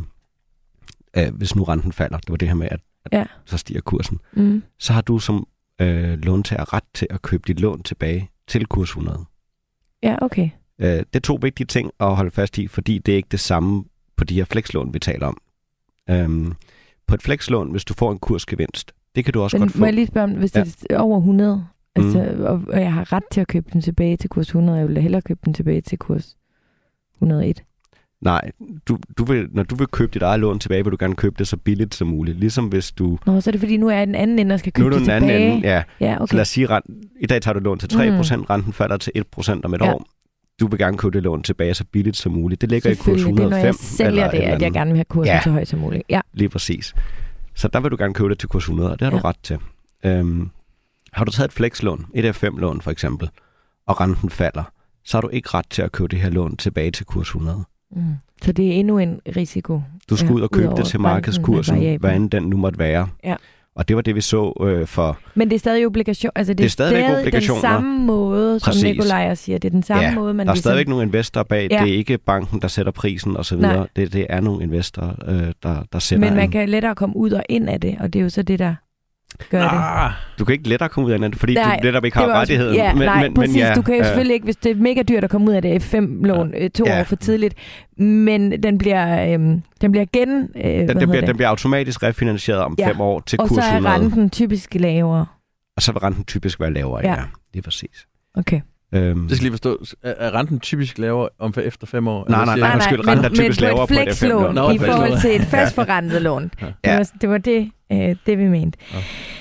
øh, hvis nu renten falder, det var det her med, at, at ja. så stiger kursen, mm. så har du som øh, låntager ret til at købe dit lån tilbage til kurs hundrede. Ja, okay. Øh, det er to vigtige ting at holde fast i, fordi det er ikke det samme på de her flekslån, vi taler om. Øh, på et flekslån, hvis du får en kursgevinst, det kan du også Men godt få. Må jeg lige spørge, hvis det ja. er over hundrede, altså, mm. og, og jeg har ret til at købe den tilbage til kurs hundrede, jeg vil hellere købe den tilbage til kurs et hundrede og en. Nej, du, du vil, når du vil købe dit eget lån tilbage, vil du gerne købe det så billigt som muligt. Ligesom hvis du... Nå, så er det fordi, nu er jeg den anden ende, og skal købe det tilbage. Nu er du den anden ende, ja. ja okay. Så lad os sige, rent, i dag tager du lån til tre procent, mm. renten falder til et procent om et ja. år. Du vil gerne købe det lån tilbage så billigt som muligt. Det ligger i kurs et hundrede og fem. Det er, når jeg sælger det, at jeg gerne vil have kursen ja. så højt som muligt. Ja, lige præcis. Så der vil du gerne købe det til kurs hundrede, og det har ja. du ret til. Øhm, har du taget et flekslån, et F fem-lån for eksempel, og renten falder, så har du ikke ret til at købe det her lån tilbage til kurs hundrede. Mm. Så det er endnu en risiko. Du skal ja, ud og købe det til markedskursen, hvad end den nu måtte være. Ja. Og det var det, vi så øh, for... Men det er stadig obligation. Altså, det, det er stadig, stadig den samme måde, Præcis. som Nikolaj siger. Det er den samme ja, måde, man der er ligesom... stadigvæk nogle investorer bag. Ja. Det er ikke banken, der sætter prisen osv. Det, det er nogle investorer, øh, der, der sætter... Men man en... kan lettere komme ud og ind af det, og det er jo så det, der gør ah, det. Du kan ikke lettere komme ud af det, fordi nej, du netop ikke har også, rettigheden. Ja, men, nej, men, præcis. Men, ja, du kan jo øh, selvfølgelig ikke, hvis det er mega dyrt at komme ud af det F fem-lån ja, to ja. år for tidligt, men den bliver, øhm, den bliver gen... Øh, den, den, bliver, den bliver automatisk refinansieret om ja. fem år til og kurs hundrede. Og så er renten typisk lavere. Og så vil renten typisk være lavere, ja. ja. Det er præcis. Okay. Øhm, det skal lige forstå. Er renten typisk lavere om efter fem år? Nej, nej, nej. Undskyld, renten er typisk men lavere på et flekslån på et i forhold til et fastforrentet lån. Ja. Det, var, det var det, øh, det vi mente. Ja.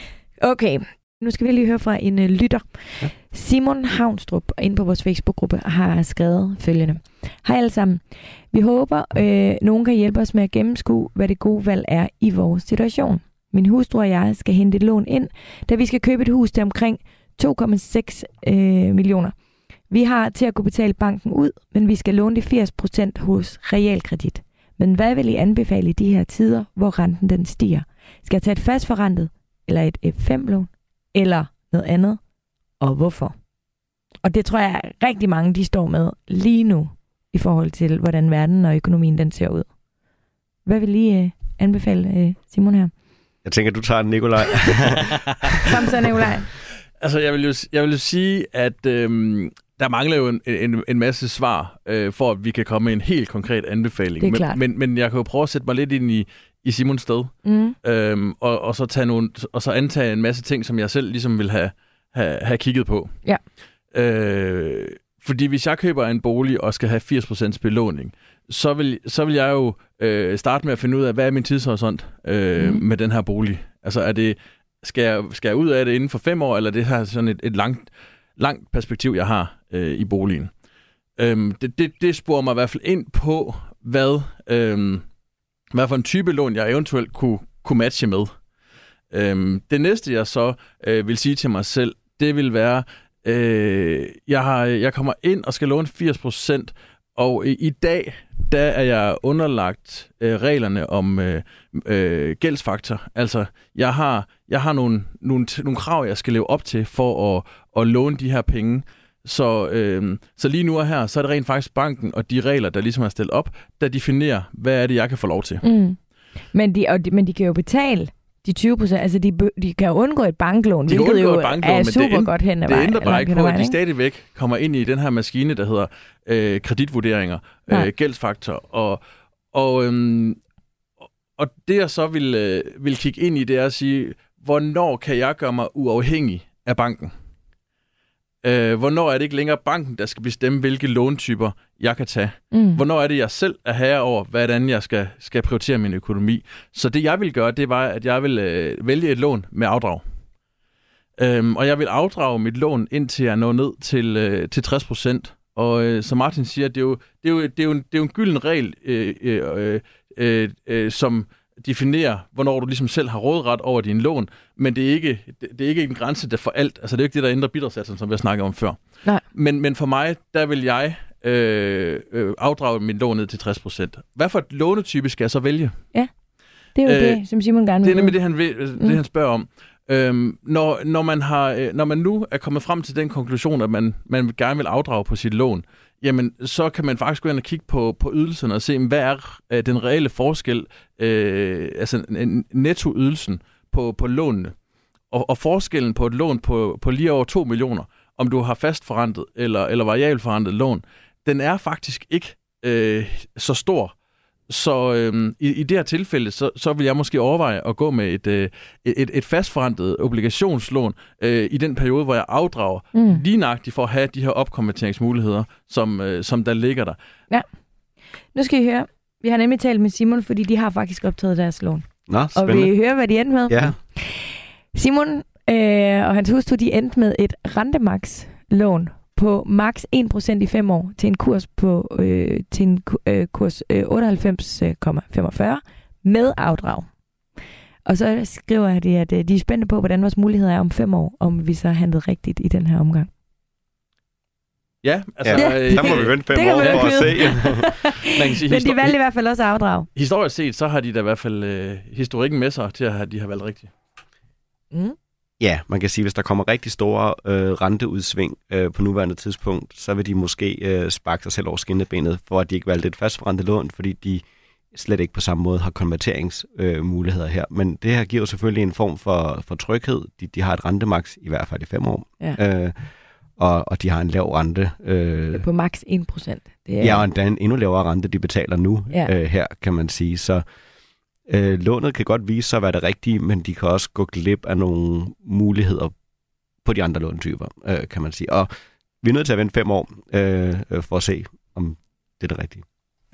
Okay. Nu skal vi lige høre fra en uh, lytter. Ja. Simon Havnstrup inde på vores Facebook-gruppe har skrevet følgende. Hej alle sammen. Vi håber, øh, nogen kan hjælpe os med at gennemskue, hvad det gode valg er i vores situation. Min hustru og jeg skal hente et lån ind, da vi skal købe et hus til omkring to komma seks øh, millioner. Vi har til at kunne betale banken ud, men vi skal låne de firs procent hos realkredit. Men hvad vil I anbefale i de her tider, hvor renten den stiger? Skal jeg tage et fastforrentet eller et F fem-lån? Eller noget andet, og hvorfor? Og det tror jeg rigtig mange, de står med lige nu, i forhold til, hvordan verden og økonomien den ser ud. Hvad vil I øh, anbefale, øh, Simon her? Jeg tænker, du tager den, Nikolaj. Kom så, Nikolaj. Altså, jeg vil jo, jeg vil jo sige, at øhm, der mangler jo en, en, en masse svar, øh, for at vi kan komme med en helt konkret anbefaling. Det er men, klart. men, men jeg kan jo prøve at sætte mig lidt ind i, i Simons sted, Mm. øhm, og, og, så tage nogle, og så antage en masse ting, som jeg selv ligesom vil have, have, have kigget på. Ja. Øh, fordi hvis jeg køber en bolig og skal have firs procent belåning, så vil, så vil jeg jo øh, starte med at finde ud af, hvad er min tidshorisont øh, mm. med den her bolig. Altså, er det, skal, jeg, skal jeg ud af det inden for fem år, eller er det her sådan et, et langt, langt perspektiv, jeg har øh, i boligen? Øhm, det, det, det sporer mig i hvert fald ind på, hvad, øh, hvad for en type lån, jeg eventuelt kunne, kunne matche med. Øhm, det næste, jeg så øh, vil sige til mig selv, det vil være, øh, jeg, har, jeg kommer ind og skal låne firs procent, og i, i dag, der er jeg underlagt øh, reglerne om øh, øh, gældsfaktor. Altså, jeg har, jeg har nogle, nogle, nogle krav, jeg skal leve op til for at, at låne de her penge. Så, øh, så lige nu og her, så er det rent faktisk banken og de regler, der ligesom er stillet op, der definerer, hvad er det, jeg kan få lov til. Mm. Men, de, og de, men de kan jo betale de tyve procent, altså de, de kan jo undgå et banklån, de hvilket jo banklån, er men super det end, godt hen ad det vejen. ændrer bare ikke på, vejen, at de ikke? stadigvæk kommer ind i den her maskine, der hedder øh, kreditvurderinger, øh, gældsfaktor, og, og, øhm, og det jeg så vil, øh, vil kigge ind i, det er at sige, hvornår kan jeg gøre mig uafhængig af banken? Øh, hvornår er det ikke længere banken, der skal bestemme, hvilke låntyper jeg kan tage? Mm. Hvornår er det, jeg selv er herre over, hvordan jeg skal, skal prioritere min økonomi? Så det, jeg vil gøre, det var, at jeg vil øh, vælge et lån med afdrag. Øhm, og jeg vil afdrage mit lån, indtil jeg når ned til, øh, til tres procent. Og øh, som Martin siger, det er jo, det er jo, det er jo, en, det er jo en gylden regel, øh, øh, øh, øh, som definerer, hvornår du ligesom selv har råderet over dine lån, men det er ikke, det, det er ikke en grænse der for alt. Altså det er ikke det, der ændrer bidragssatsen, som vi har snakket om før. Nej. Men, men for mig, der vil jeg øh, øh, afdrage min lån ned til tres procent. Hvad for et lånetype skal jeg så vælge? Ja, det er jo øh, det, som Simon gerne vil. Det er nemlig det, han, vil, mm. det, han spørger om. Øhm, når, når, man har, når man nu er kommet frem til den konklusion, at man, man gerne vil afdrage på sit lån, jamen så kan man faktisk gå ind og kigge på, på ydelserne og se, hvad er øh, den reelle forskel, øh, altså nettoydelsen på, på lånene. Og, og forskellen på et lån på, på lige over to millioner, om du har fastforrentet eller, eller variabelforrentet lån, den er faktisk ikke øh, så stor. Så øh, i, i det her tilfælde, så, så vil jeg måske overveje at gå med et, øh, et, et fastforrentet obligationslån øh, i den periode, hvor jeg afdrager mm. lige nøjagtigt for at have de her opkonverteringsmuligheder, som, øh, som der ligger der. Ja. Nu skal I høre. Vi har nemlig talt med Simon, fordi de har faktisk optaget deres lån. Nå, og vi hører, hvad de endte med. Ja. Simon øh, og hans hustru, de endte med et rentemax-lån på maks en procent i fem år til en kurs på øh, til en øh, kurs øh, otteoghalvfems komma femogfyrre med afdrag. Og så skriver de, at øh, de er spændte på, hvordan vores muligheder er om fem år, om vi så har handlet rigtigt i den her omgang. Ja, altså... Ja, øh, der må vi vente fem år for at se. Man kan sige, men de valgte i hvert fald også afdrag. Historisk set, så har de da i hvert fald øh, historikken med sig til, at de har valgt rigtigt. Mm. Ja, man kan sige, hvis der kommer rigtig store øh, renteudsving øh, på nuværende tidspunkt, så vil de måske øh, sparke sig selv over skinnebenet, for at de ikke valgte et fastforrentet lån, fordi de slet ikke på samme måde har konverteringsmuligheder øh, her. Men det her giver jo selvfølgelig en form for, for tryghed. De, de har et rentemaks i hvert fald i fem år, ja. øh, og, og de har en lav rente. Øh, på maks en procent. Det er... Ja, og endda en endnu lavere rente, de betaler nu ja. øh, her, kan man sige. Så Øh, lånet kan godt vise sig at være det rigtige, men de kan også gå glip af nogle muligheder på de andre låntyper, øh, kan man sige. Og vi er nødt til at vente fem år øh, for at se, om det er det rigtige.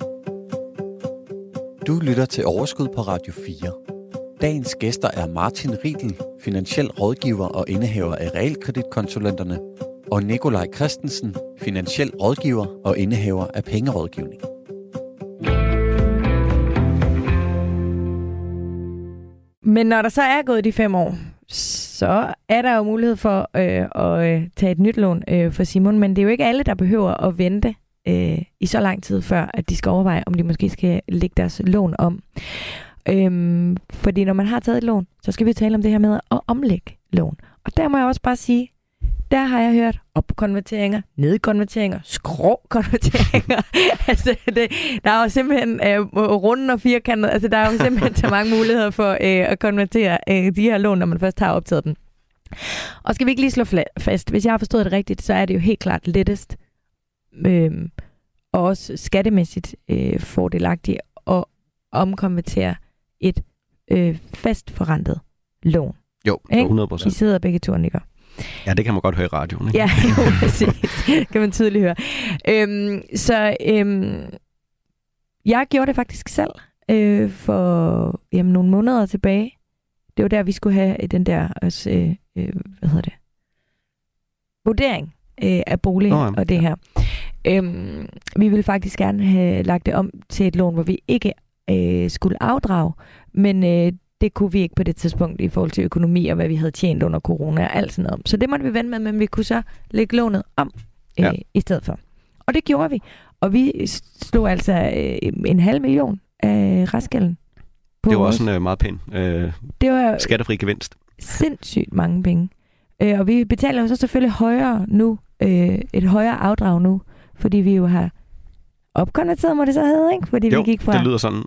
Du lytter til Overskud på Radio fire. Dagens gæster er Martin Riedel, finansiel rådgiver og indehaver af realkreditkonsulenterne, og Nikolaj Christensen, finansiel rådgiver og indehaver af pengerådgivning. Men når der så er gået de fem år, så er der jo mulighed for øh, at øh, tage et nyt lån øh, for Simon. Men det er jo ikke alle, der behøver at vente øh, i så lang tid, før at de skal overveje, om de måske skal lægge deres lån om. Øhm, fordi når man har taget et lån, så skal vi tale om det her med at omlægge lån. Og der må jeg også bare sige, der har jeg hørt opkonverteringer, nedkonverteringer, skråkonverteringer. altså, det, der er jo simpelthen øh, runde og firkantet. Altså, der er jo simpelthen så mange muligheder for øh, at konvertere øh, de her lån, når man først har optaget dem. Og skal vi ikke lige slå fast, hvis jeg har forstået det rigtigt, så er det jo helt klart lettest øh, og også skattemæssigt øh, fordelagtigt at omkonvertere et øh, fastforrentet lån. Jo, ikke? hundrede procent. I sidder begge to og nikker. Ja, det kan man godt høre i radioen, ikke? Ja, jo, præcis. Kan man tydeligt høre. Øhm, så øhm, jeg gjorde det faktisk selv øh, for jamen, nogle måneder tilbage. Det var der, vi skulle have den der også, øh, øh, hvad hedder det? Vurdering øh, af bolig oh, og det her. Øhm, vi ville faktisk gerne have lagt det om til et lån, hvor vi ikke øh, skulle afdrage, men øh, det kunne vi ikke på det tidspunkt i forhold til økonomi og hvad vi havde tjent under corona og alt sådan noget. Så det måtte vi vente med, men vi kunne så lægge lånet om øh, ja. i stedet for. Og det gjorde vi. Og vi slog altså øh, en halv million af restgælden. Det var også en øh, meget pæn øh, det var skattefri gevinst. Sindssygt mange penge. Øh, og vi betaler jo så selvfølgelig højere nu, øh, et højere afdrag nu, fordi vi jo har opkonverteret, må det så hedde, ikke? Fordi jo, vi gik fra det lyder sådan.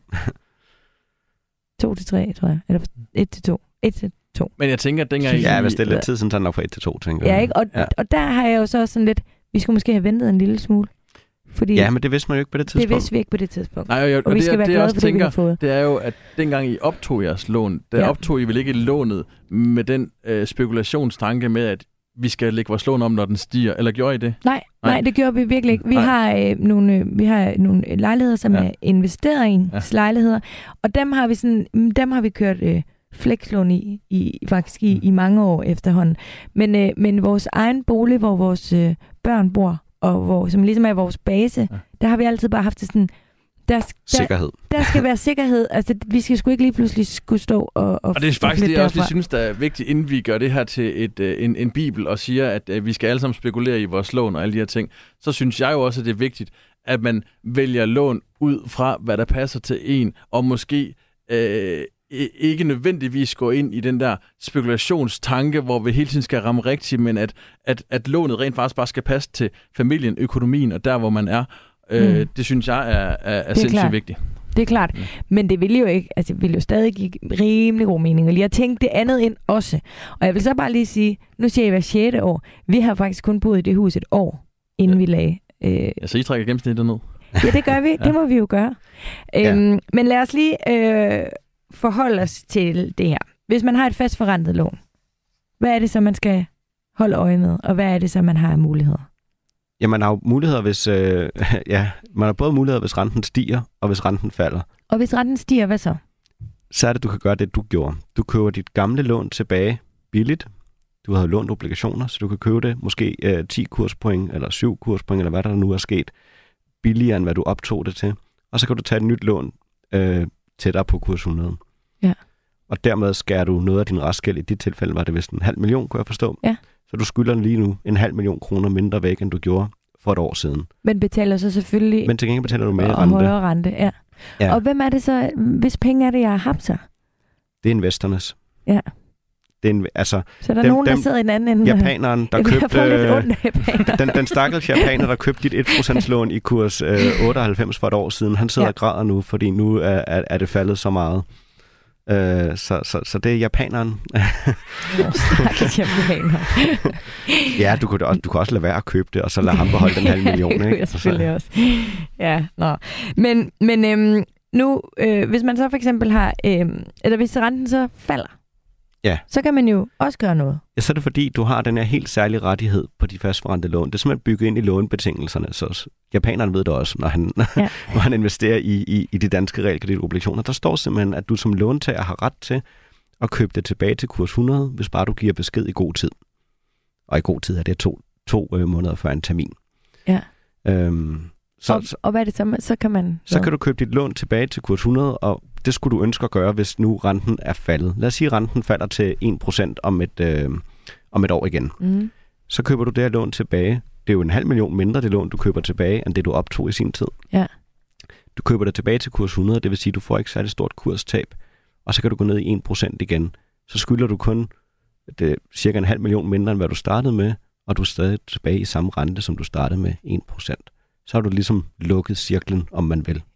to til tre, tror jeg. Eller et til to. et til to. Men jeg tænker, at dengang... Ja, hvis det er lidt tid siden, så er det nok fra et til to, tænker jeg. Ja, ikke? Og, ja. og der har jeg jo så sådan lidt... Vi skulle måske have ventet en lille smule. Fordi ja, men det vidste man jo ikke på det tidspunkt. Det vidste vi ikke på det tidspunkt. Nej, og, jeg, og, og vi det, skal være det, glade for det, tænker, vi har fået. Det er jo, at dengang I optog jeres lån, der ja. optog I vel ikke lånet med den øh, spekulationstanke med, at vi skal lægge vores lån om, når den stiger. Eller gjorde I det? Nej, nej, nej det gjorde vi virkelig ikke. Vi nej. har, øh, nogle, øh, vi har nogle lejligheder, som ja. er investeringslejligheder, ja. og dem har vi, sådan, dem har vi kørt øh, flekslån i, i, faktisk i, mm. i mange år efterhånden. Men, øh, men vores egen bolig, hvor vores øh, børn bor, og hvor, som ligesom er vores base, ja. der har vi altid bare haft det sådan... Der, der, sikkerhed. Der skal være sikkerhed. Altså, vi skal sgu ikke lige pludselig skulle stå og... Og, og det er faktisk det, jeg også lige synes, der er vigtigt, inden vi gør det her til et, en, en bibel og siger, at, at vi skal alle sammen spekulere i vores lån og alle de her ting, så synes jeg jo også, at det er vigtigt, at man vælger lån ud fra, hvad der passer til en, og måske øh, ikke nødvendigvis gå ind i den der spekulationstanke, hvor vi hele tiden skal ramme rigtigt, men at, at, at lånet rent faktisk bare skal passe til familien, økonomien og der, hvor man er. Øh, mm. Det synes jeg er, er, er sindssygt klart. vigtigt. Det er klart, mm. men det ville jo ikke, altså det ville jo stadig give rimelig god mening, og lige at tænke det andet ind også. Og jeg vil så bare lige sige, nu siger jeg hver sjette år, vi har faktisk kun boet i det hus et år, inden ja. vi lagde. Øh... Ja, så I trækker gennemsnittet ned? Ja, det gør vi. ja. Det må vi jo gøre. Ja. Øhm, men lad os lige øh, forholde os til det her. Hvis man har et fastforrentet lån, hvad er det så, man skal holde øje med, og hvad er det så, man har af muligheder? Ja, man har jo muligheder, hvis øh, ja, man har både muligheder, hvis renten stiger, og hvis renten falder. Og hvis renten stiger, hvad så? Så er det, du kan gøre det, du gjorde. Du køber dit gamle lån tilbage billigt. Du har lånt obligationer, så du kan købe det måske øh, ti kurspoint, eller syv kurspoint, eller hvad der nu er sket, billigere, end hvad du optog det til. Og så kan du tage et nyt lån øh, tættere på kurs hundrede. Ja. Og dermed skærer du noget af din restgæld. I dit tilfælde var det vist en halv million, kunne jeg forstå. Ja. Så du skylder lige nu en halv million kroner mindre væk, end du gjorde for et år siden. Men betaler så selvfølgelig... Men til gengæld betaler du mere og rente. højere rente, ja. ja. Og hvem er det så, hvis penge er det, jeg har haft så? Det er investornes. Ja. Det er en, altså, så der er dem, nogen, der dem, sidder i den anden ende? Japaneren, der købte... den, den stakkels japaner, der købte dit et procent lån i kurs øh, otteoghalvfems for et år siden, han sidder ja. og græder nu, fordi nu er, er, er det faldet så meget. Uh, så, så, så det er japaneren. Stakkels japaner. Ja, du kunne, også, du kunne også lade være at købe det, og så lade ham beholde den halv million. Ikke? Det kunne jeg selvfølgelig også. Ja, nå. Men, men øhm, nu, øh, hvis man så for eksempel har, øh, eller hvis renten så falder, ja. så kan man jo også gøre noget. Ja, så er det fordi, du har den her helt særlige rettighed på de fastforrentede lån. Det er simpelthen bygget ind i lånebetingelserne, så japaneren ved det også, når han, ja. når han investerer i, i, i de danske realkreditobligationer. Der står simpelthen, at du som låntager har ret til at købe det tilbage til kurs hundrede, hvis bare du giver besked i god tid. Og i god tid er det to, to øh, måneder før en termin. Ja. Øhm, så, og, og hvad er det så? Så kan man... Så kan du købe dit lån tilbage til kurs hundrede, og det skulle du ønske at gøre, hvis nu renten er faldet. Lad os sige, at renten falder til en procent om et, øh, om et år igen. Mm. Så køber du det her lån tilbage. Det er jo en halv million mindre det lån, du køber tilbage, end det du optog i sin tid. Ja. Du køber det tilbage til kurs hundrede, det vil sige, at du får ikke særlig stort kurstab. Og så kan du gå ned i en procent igen. Så skylder du kun det, cirka en halv million mindre, end hvad du startede med, og du er stadig tilbage i samme rente, som du startede med en procent. Så har du ligesom lukket cirklen, om man vil.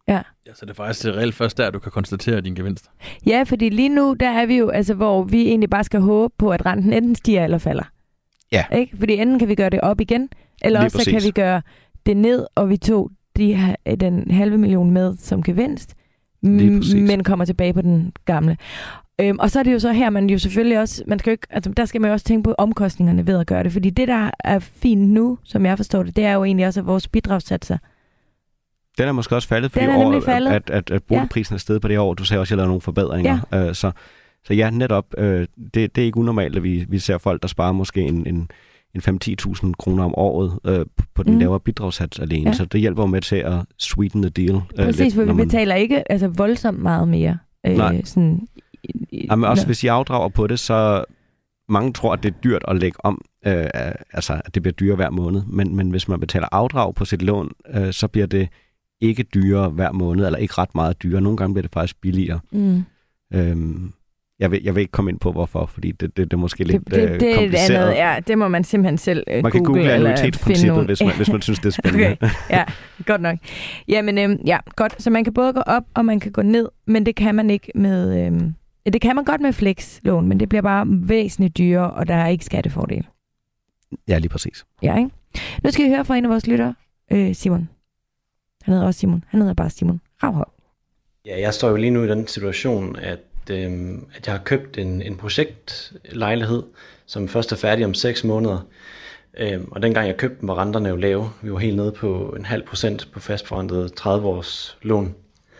Ja. Ja, så det er faktisk det reelt først der, du kan konstatere din gevinst. Ja, fordi lige nu, der er vi jo, altså, hvor vi egentlig bare skal håbe på, at renten enten stiger eller falder. Ja. Ikke? Fordi enten kan vi gøre det op igen, eller Lige også præcis. så kan vi gøre det ned, og vi tog de her, den halve million med som gevinst, Lige præcis. men kommer tilbage på den gamle. Øhm, og så er det jo så her, man jo selvfølgelig også, man skal jo ikke, altså, der skal man jo også tænke på omkostningerne ved at gøre det, fordi det, der er fint nu, som jeg forstår det, det er jo egentlig også, at vores bidragssatser. Den er måske også faldet, fordi Den er år, nemlig faldet. at, at, at boligprisen er steget på det år. Du sagde også, at jeg lavede nogle forbedringer. Ja. Øh, så, så ja, netop, øh, det, det er ikke unormalt, at vi, vi ser folk, der sparer måske en, en, en fem til ti tusind kroner om året øh, på den mm. lavere bidragssats alene. Ja. Så det hjælper jo med til at sweeten the deal. Øh, Præcis, lidt, for vi man... betaler ikke altså, voldsomt meget mere. Øh, Nej. Sådan, Jamen, også hvis I afdrager på det, så mange tror, at det er dyrt at lægge om, øh, altså at det bliver dyrere hver måned. Men, men hvis man betaler afdrag på sit lån, øh, så bliver det ikke dyrere hver måned, eller ikke ret meget dyrere. Nogle gange bliver det faktisk billigere. Mm. Øhm, jeg, vil, jeg vil ikke komme ind på, hvorfor, fordi det, det, det er måske lidt det, det, øh, det kompliceret. Andet, ja, det må man simpelthen selv uh, man kan google, google eller annuitetsprincippet, hvis man, hvis man synes, det er spændende. Okay. Ja, godt nok. Jamen, øhm, ja, godt. Så man kan både gå op, og man kan gå ned, men det kan man ikke med... Øhm, det kan man godt med flexlån, men det bliver bare væsentligt dyrere, og der er ikke skattefordel. Ja, lige præcis. Ja, ikke? Nu skal vi høre fra en af vores lyttere, øh, Simon. Han hedder også Simon. Han hedder bare Simon Ravhøj. Ja, jeg står jo lige nu i den situation, at, øh, at jeg har købt en, en projektlejlighed, som først er færdig om seks måneder. Øh, og dengang jeg købte den, var renterne jo lave. Vi var helt nede på en halv procent på fastforrentet tredive års lån.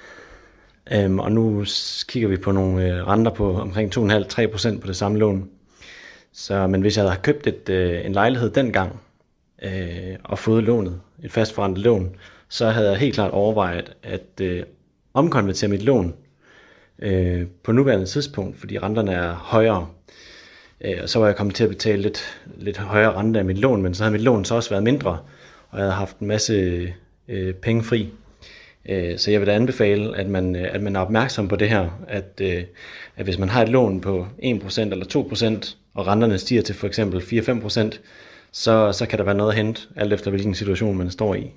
Øh, og nu kigger vi på nogle øh, renter på omkring to komma fem til tre procent på det samme lån. Så, men hvis jeg havde købt et, øh, en lejlighed dengang øh, og fået lånet, et fastforrentet lån, så havde jeg helt klart overvejet at øh, omkonvertere mit lån øh, på nuværende tidspunkt, fordi renterne er højere. Øh, og så var jeg kommet til at betale lidt, lidt højere rente af mit lån, men så havde mit lån så også været mindre, og jeg havde haft en masse øh, penge fri. Øh, så jeg vil da anbefale, at man, øh, at man er opmærksom på det her, at, øh, at hvis man har et lån på en procent eller to procent, og renterne stiger til for eksempel fire til fem procent, så, så kan der være noget at hente, alt efter hvilken situation man står i.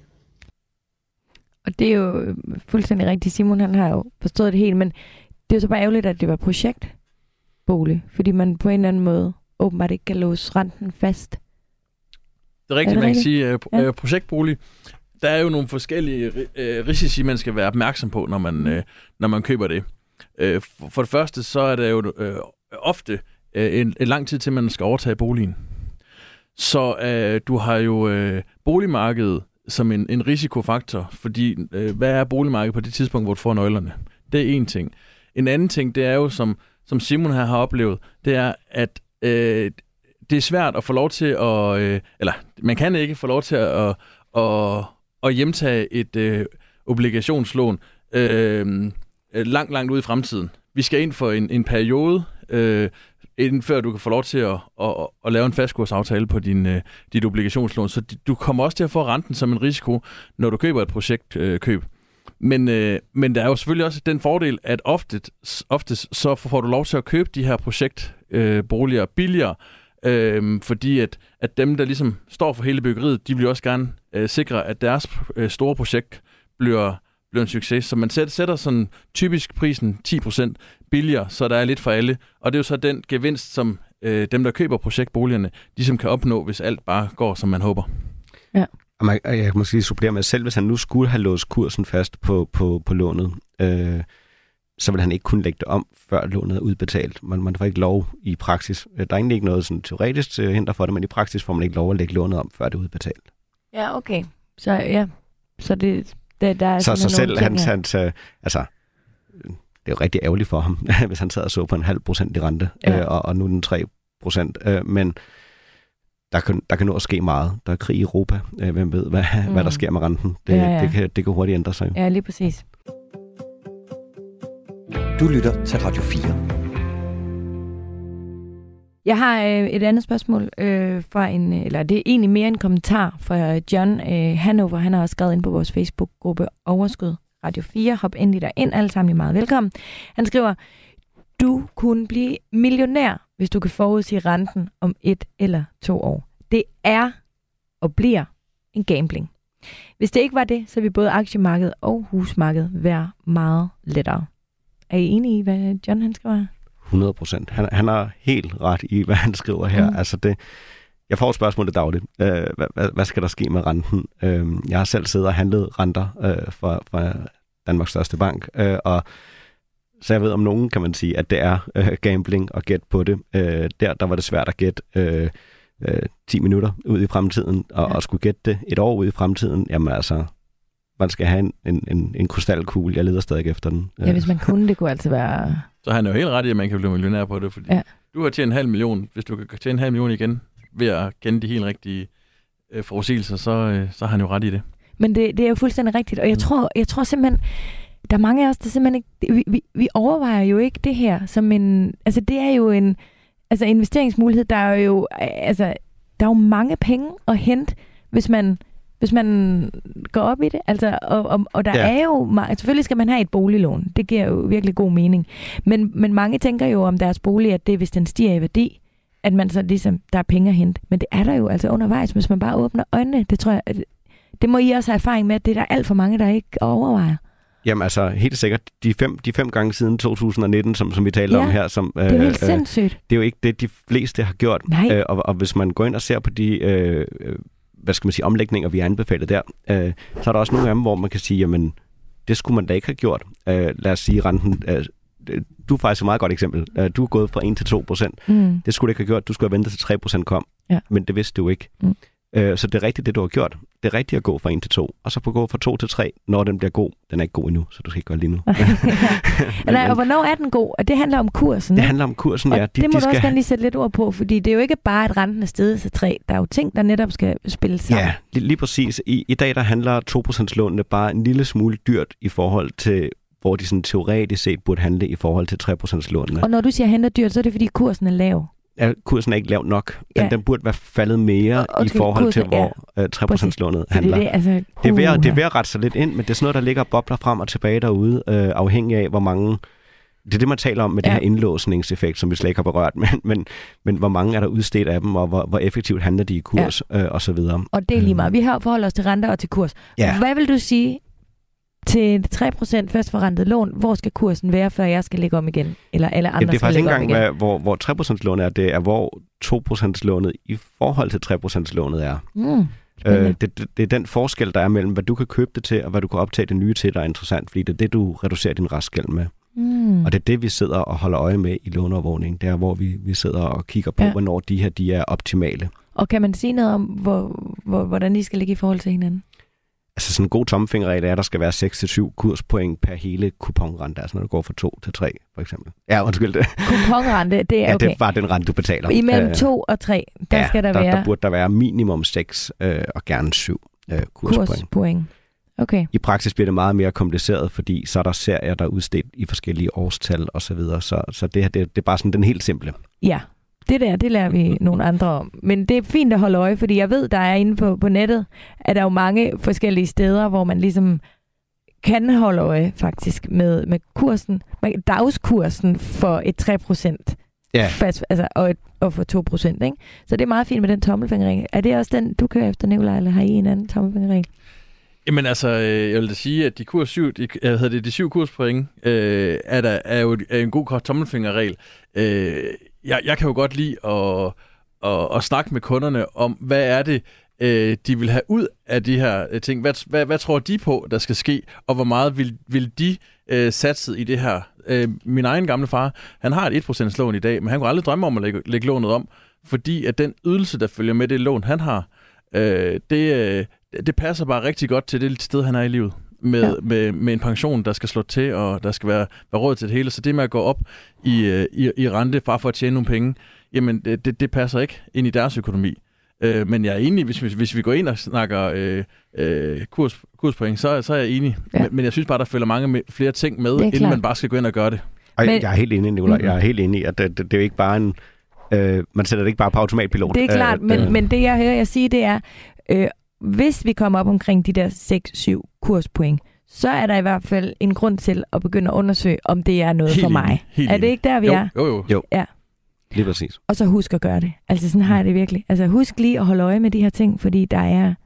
Og det er jo fuldstændig rigtigt. Simon, han har jo forstået det helt, men det er jo så bare ærgerligt, at det var projektbolig, fordi man på en eller anden måde åbenbart ikke kan låse renten fast. Det er rigtigt, er det man rigtigt? kan sige, at Ja. projektbolig, der er jo nogle forskellige øh, risici, man skal være opmærksom på, når man, øh, når man køber det. Øh, for, for det første, så er der jo øh, ofte øh, en, en lang tid til, man skal overtage boligen. Så øh, du har jo øh, boligmarkedet som en, en risikofaktor, fordi øh, hvad er boligmarkedet på det tidspunkt, hvor du får nøglerne? Det er en ting. En anden ting, det er jo, som, som Simon her har oplevet, det er, at øh, det er svært at få lov til at, øh, eller man kan ikke få lov til at, at, at hjemtage et øh, obligationslån øh, langt, langt ude i fremtiden. Vi skal ind for en, en periode, øh, inden før du kan få lov til at, at, at lave en fastkursaftale på din, uh, dit obligationslån. Så du kommer også til at få renten som en risiko, når du køber et projektkøb. Uh, men, uh, men der er jo selvfølgelig også den fordel, at oftest, oftest så får du lov til at købe de her projektboliger uh, billigere, uh, fordi at, at dem, der ligesom står for hele byggeriet, de vil også gerne uh, sikre, at deres uh, store projekt bliver bliver en succes. Så man sætter sådan typisk prisen ti procent billigere, så der er lidt for alle. Og det er jo så den gevinst, som øh, dem, der køber projektboligerne, de som kan opnå, hvis alt bare går, som man håber. Ja. Og man, jeg kan måske lige supplere med selv, hvis han nu skulle have låst kursen fast på, på, på lånet, øh, så vil han ikke kunne lægge det om, før lånet er udbetalt. Man, man får ikke lov i praksis. Der er egentlig ikke noget sådan teoretisk til hinder for det, men i praksis får man ikke lov at lægge lånet om, før det er udbetalt. Ja, okay. Så ja, så det... Det, der er så så selv ting, hans, hans, altså, det er jo rigtig ærgerligt for ham, hvis han sad og så på en halv procent i rente, ja. øh, og, og nu er den tre procent. Øh, men der kan, der kan nå at ske meget. Der er krig i Europa. Øh, hvem ved, hvad, mm. hvad der sker med renten. Det, ja, ja. det, kan, det kan hurtigt ændre sig. Ja, lige præcis. Du lytter til Radio fire. Jeg har øh, et andet spørgsmål øh, fra en, eller det er egentlig mere en kommentar fra John øh, Hanover. Han har også skrevet ind på vores Facebook-gruppe Overskud Radio fire. Hop endelig derind, alle sammen er meget velkommen. Han skriver, du kunne blive millionær, hvis du kan forudsige renten om et eller to år. Det er og bliver en gambling. Hvis det ikke var det, så ville både aktiemarkedet og husmarkedet være meget lettere. Er I enige i, hvad John han skriver her? hundrede procent. Han, han har helt ret i, hvad han skriver her. Mm. Altså det, jeg får spørgsmålet dagligt. Øh, hvad, hvad, hvad skal der ske med renten? Øh, jeg har selv siddet og handlet renter øh, fra, fra Danmarks største bank, øh, og så jeg ved om nogen, kan man sige, at det er øh, gambling og gæt på det. Øh, der, der var det svært at gætte øh, øh, ti minutter ud i fremtiden, og, ja. og skulle gætte det et år ud i fremtiden. Jamen altså, man skal have en, en, en, en krystalkugle. Jeg leder stadig efter den. Ja, hvis man kunne, det kunne altid være... Så han er jo helt ret i, at man kan blive millionær på det, fordi ja. du har tjent en halv million. Hvis du kan tjene en halv million igen ved at kende de helt rigtige øh, forudsigelser, så, øh, så har han jo ret i det. Men det, det er jo fuldstændig rigtigt, og jeg tror, jeg tror simpelthen, der er mange af os, der simpelthen ikke... Vi, vi, vi overvejer jo ikke det her som en... Altså, det er jo en altså, investeringsmulighed. Der er jo, altså, der er jo mange penge at hente, hvis man... Hvis man går op i det, altså, og, og, og der ja. er jo... Selvfølgelig skal man have et boliglån. Det giver jo virkelig god mening. Men, men mange tænker jo om deres bolig, at det, hvis den stiger i værdi, at man så ligesom, der er penge at hente. Men det er der jo altså undervejs, hvis man bare åbner øjnene. Det tror jeg, det må I også have erfaring med, at det er der alt for mange, der ikke overvejer. Jamen altså, helt sikkert. De fem, de fem gange siden to tusind nitten, som, som vi talte ja, om her, som, det er jo helt øh, sindssygt. Det er jo ikke det, de fleste har gjort. Øh, og, og hvis man går ind og ser på de... Øh, hvad skal man sige, omlægninger, vi har anbefalet der, øh, så er der også nogle af dem, hvor man kan sige, jamen, det skulle man da ikke have gjort. Øh, lad os sige, renten, øh, du er faktisk et meget godt eksempel. Øh, du er gået fra en til to procent. Mm. Det skulle du ikke have gjort. Du skulle have ventet til tre procent kom. Ja. Men det vidste du ikke. Mm. Øh, så det er rigtigt, det du har gjort. Det er rigtigt at gå fra en til to, og så på gå fra to til tre, når den bliver god. Den er ikke god endnu, så du skal ikke gøre lige nu. men, Nej, og hvornår er den god? Og det handler om kursen. Det handler om kursen, og ja. De, det må de du også gerne lige sætte lidt ord på, fordi det er jo ikke bare, at renten er steget til tre. Der er jo ting, der netop skal spille sammen. Ja, lige, lige præcis. I, I dag der handler to procent lånene bare en lille smule dyrt i forhold til, hvor de sådan teoretisk set burde handle i forhold til tre procent lånene. Og når du siger handler dyrt, så er det fordi kursen er lav. Ja, kursen er ikke lav nok. Den, ja. den burde være faldet mere og, i forhold kursen, til, hvor ja. tre procent lånet handler. Det er, det, altså, uh. det, er ved, det er ved at rette sig lidt ind, men det er sådan noget, der ligger og bobler frem og tilbage derude, øh, afhængig af, hvor mange... Det er det, man taler om med ja. det her indlåsningseffekt, som vi slet ikke har berørt, men, men, men hvor mange er der udstedt af dem, og hvor, hvor effektivt handler de i kurs, ja. øh, og så videre. Og det er lige meget. Vi har forholdt os til renter og til kurs. Ja. Hvad vil du sige til tre procent fastforrentet lån, hvor skal kursen være, før jeg skal lægge om igen? Eller alle andre ja, det er faktisk ikke engang, hvad, hvor, hvor tre procent lånet er. Det er, hvor to procent lånet i forhold til tre procent lånet er. Mm, øh, det, det, det er den forskel, der er mellem, hvad du kan købe det til, og hvad du kan optage det nye til, der er interessant, fordi det er det, du reducerer din restgæld med. Mm. Og det er det, vi sidder og holder øje med i låneovervågning. Det er, hvor vi, vi sidder og kigger på, ja. hvornår de her de er optimale. Og kan man sige noget om, hvor, hvor, hvordan de skal ligge i forhold til hinanden? Altså sådan en god tommelfingerregel er, at der skal være seks til syv kurspoint per hele kuponrente, altså når du går fra to til tre, for eksempel. Ja, undskyld det. Kuponrente, det er okay. Ja, det er bare den rente, du betaler. Imellem uh, to og tre, der ja, skal der, der være... der burde der være minimum seks uh, og gerne syv uh, kurspoint. Kurspoint. Okay. I praksis bliver det meget mere kompliceret, fordi så er der serier, der er udstedt i forskellige årstal og så videre. Så, så det her, det, det er bare sådan den helt simple. Ja. Det der, det lærer vi nogle andre om. Men det er fint at holde øje, fordi jeg ved, der er inde på, på nettet, at der er jo mange forskellige steder, hvor man ligesom kan holde øje faktisk med, med kursen, dagskursen for et tre procent ja. fast, altså, og, et, og for to procent. Ikke? Så det er meget fint med den tommelfingerregel. Er det også den, du kører efter, Nikolaj, eller har I en anden tommelfingerregel? Jamen altså, jeg vil da sige, at de, kurs syv, de, jeg hedder det, de syv kurspoint øh, er, der, er jo er en god tommelfingerregel. Øh, Jeg, jeg kan jo godt lide at, at, at snakke med kunderne om, hvad er det, øh, de vil have ud af de her øh, ting. Hvad, hvad, hvad tror de på, der skal ske, og hvor meget vil, vil de øh, satse i det her? Øh, min egen gamle far, han har et et procent lån i dag, men han kunne aldrig drømme om at lægge, lægge lånet om, fordi at den ydelse, der følger med det lån, han har, øh, det, øh, det passer bare rigtig godt til det sted, han er i livet. Med, ja. med, med en pension, der skal slå til, og der skal være, være råd til det hele. Så det med at gå op i, i, i rente, bare for at tjene nogle penge, jamen det, det, det passer ikke ind i deres økonomi. Øh, men jeg er enig, hvis, hvis, hvis vi går ind og snakker øh, øh, kurs, kurspoint, så, så er jeg enig. Ja. Men, men jeg synes bare, der følger mange med, flere ting med, inden man bare skal gå ind og gøre det. Og men, jeg er helt enig, Nicolaj. Mm-hmm. Jeg er helt enig, at det, det, det er jo ikke bare en... Øh, man sætter det ikke bare på automatpilot. Det er klart, øh, men, øh. men det jeg hører jeg sige, det er... Øh, Hvis vi kommer op omkring de der seks syv kurspoint, så er der i hvert fald en grund til at begynde at undersøge, om det er noget helt for mig. Helt er det ikke der, vi jo, er? Jo, jo. jo. Ja. Lige præcis. Og så husk at gøre det. Altså sådan har jeg det virkelig. Altså husk lige at holde øje med de her ting, fordi der er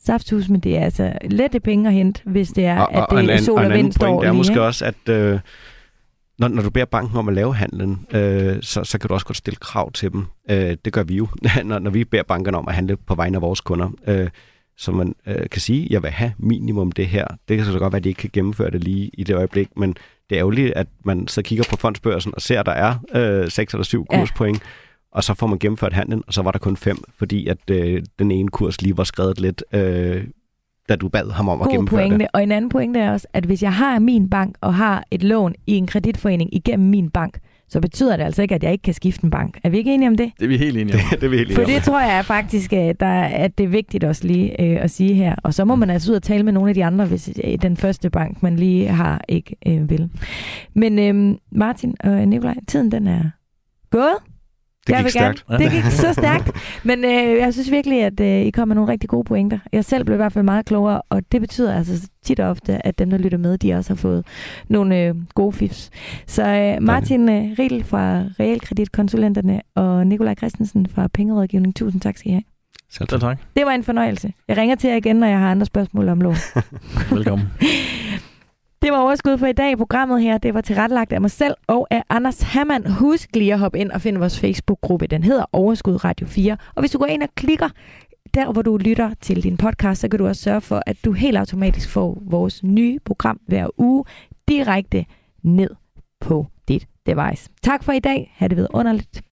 safthus, men det er altså lette penge at hente, hvis det er, og, at det og er sol og, og vind står lige. Det er måske også, at øh, når, når du beder banken om at lave handlen, øh, så, så kan du også godt stille krav til dem. Øh, det gør vi jo, når, når vi beder bankerne om at handle på vegne af vores kunder. Øh, så man øh, kan sige, at jeg vil have minimum det her. Det kan så godt være, at de ikke kan gennemføre det lige i det øjeblik, men det er ærgerligt, at man så kigger på fondsbørsen og ser, at der er øh, seks eller syv ja. kurspoint, og så får man gennemført handlen, og så var der kun fem, fordi at øh, den ene kurs lige var skrevet lidt, øh, da du bad ham om God at gennemføre pointe. det. Og en anden pointe er også, at hvis jeg har min bank og har et lån i en kreditforening igennem min bank, så betyder det altså ikke, at jeg ikke kan skifte en bank. Er vi ikke enige om det? Det er vi helt enige om. Det, det er vi helt enige For om. det tror jeg faktisk, der, at det er vigtigt også lige øh, at sige her. Og så må man altså ud og tale med nogle af de andre, hvis øh, den første bank, man lige har, ikke øh, vil. Men øh, Martin og Nikolaj, tiden den er gået. Det jeg gik stærkt. Gerne. Det gik så stærkt. Men øh, jeg synes virkelig, at øh, I kom med nogle rigtig gode pointer. Jeg selv blev i hvert fald meget klogere, og det betyder altså tit og ofte, at dem, der lytter med, de også har fået nogle øh, gode fifs. Så øh, Martin øh, Riedel fra Realkreditkonsulenterne og Nikolaj Christensen fra Pengerådgivning, tusind tak skal I have. Selv tak. tak. Det var en fornøjelse. Jeg ringer til jer igen, når jeg har andre spørgsmål om lån. Velkommen. Det var overskud for i dag. Programmet her, det var tilrettelagt af mig selv og af Anders Hammann. Husk lige at hoppe ind og finde vores Facebook-gruppe. Den hedder Overskud Radio fire. Og hvis du går ind og klikker der, hvor du lytter til din podcast, så kan du også sørge for, at du helt automatisk får vores nye program hver uge direkte ned på dit device. Tak for i dag. Ha' det vidunderligt.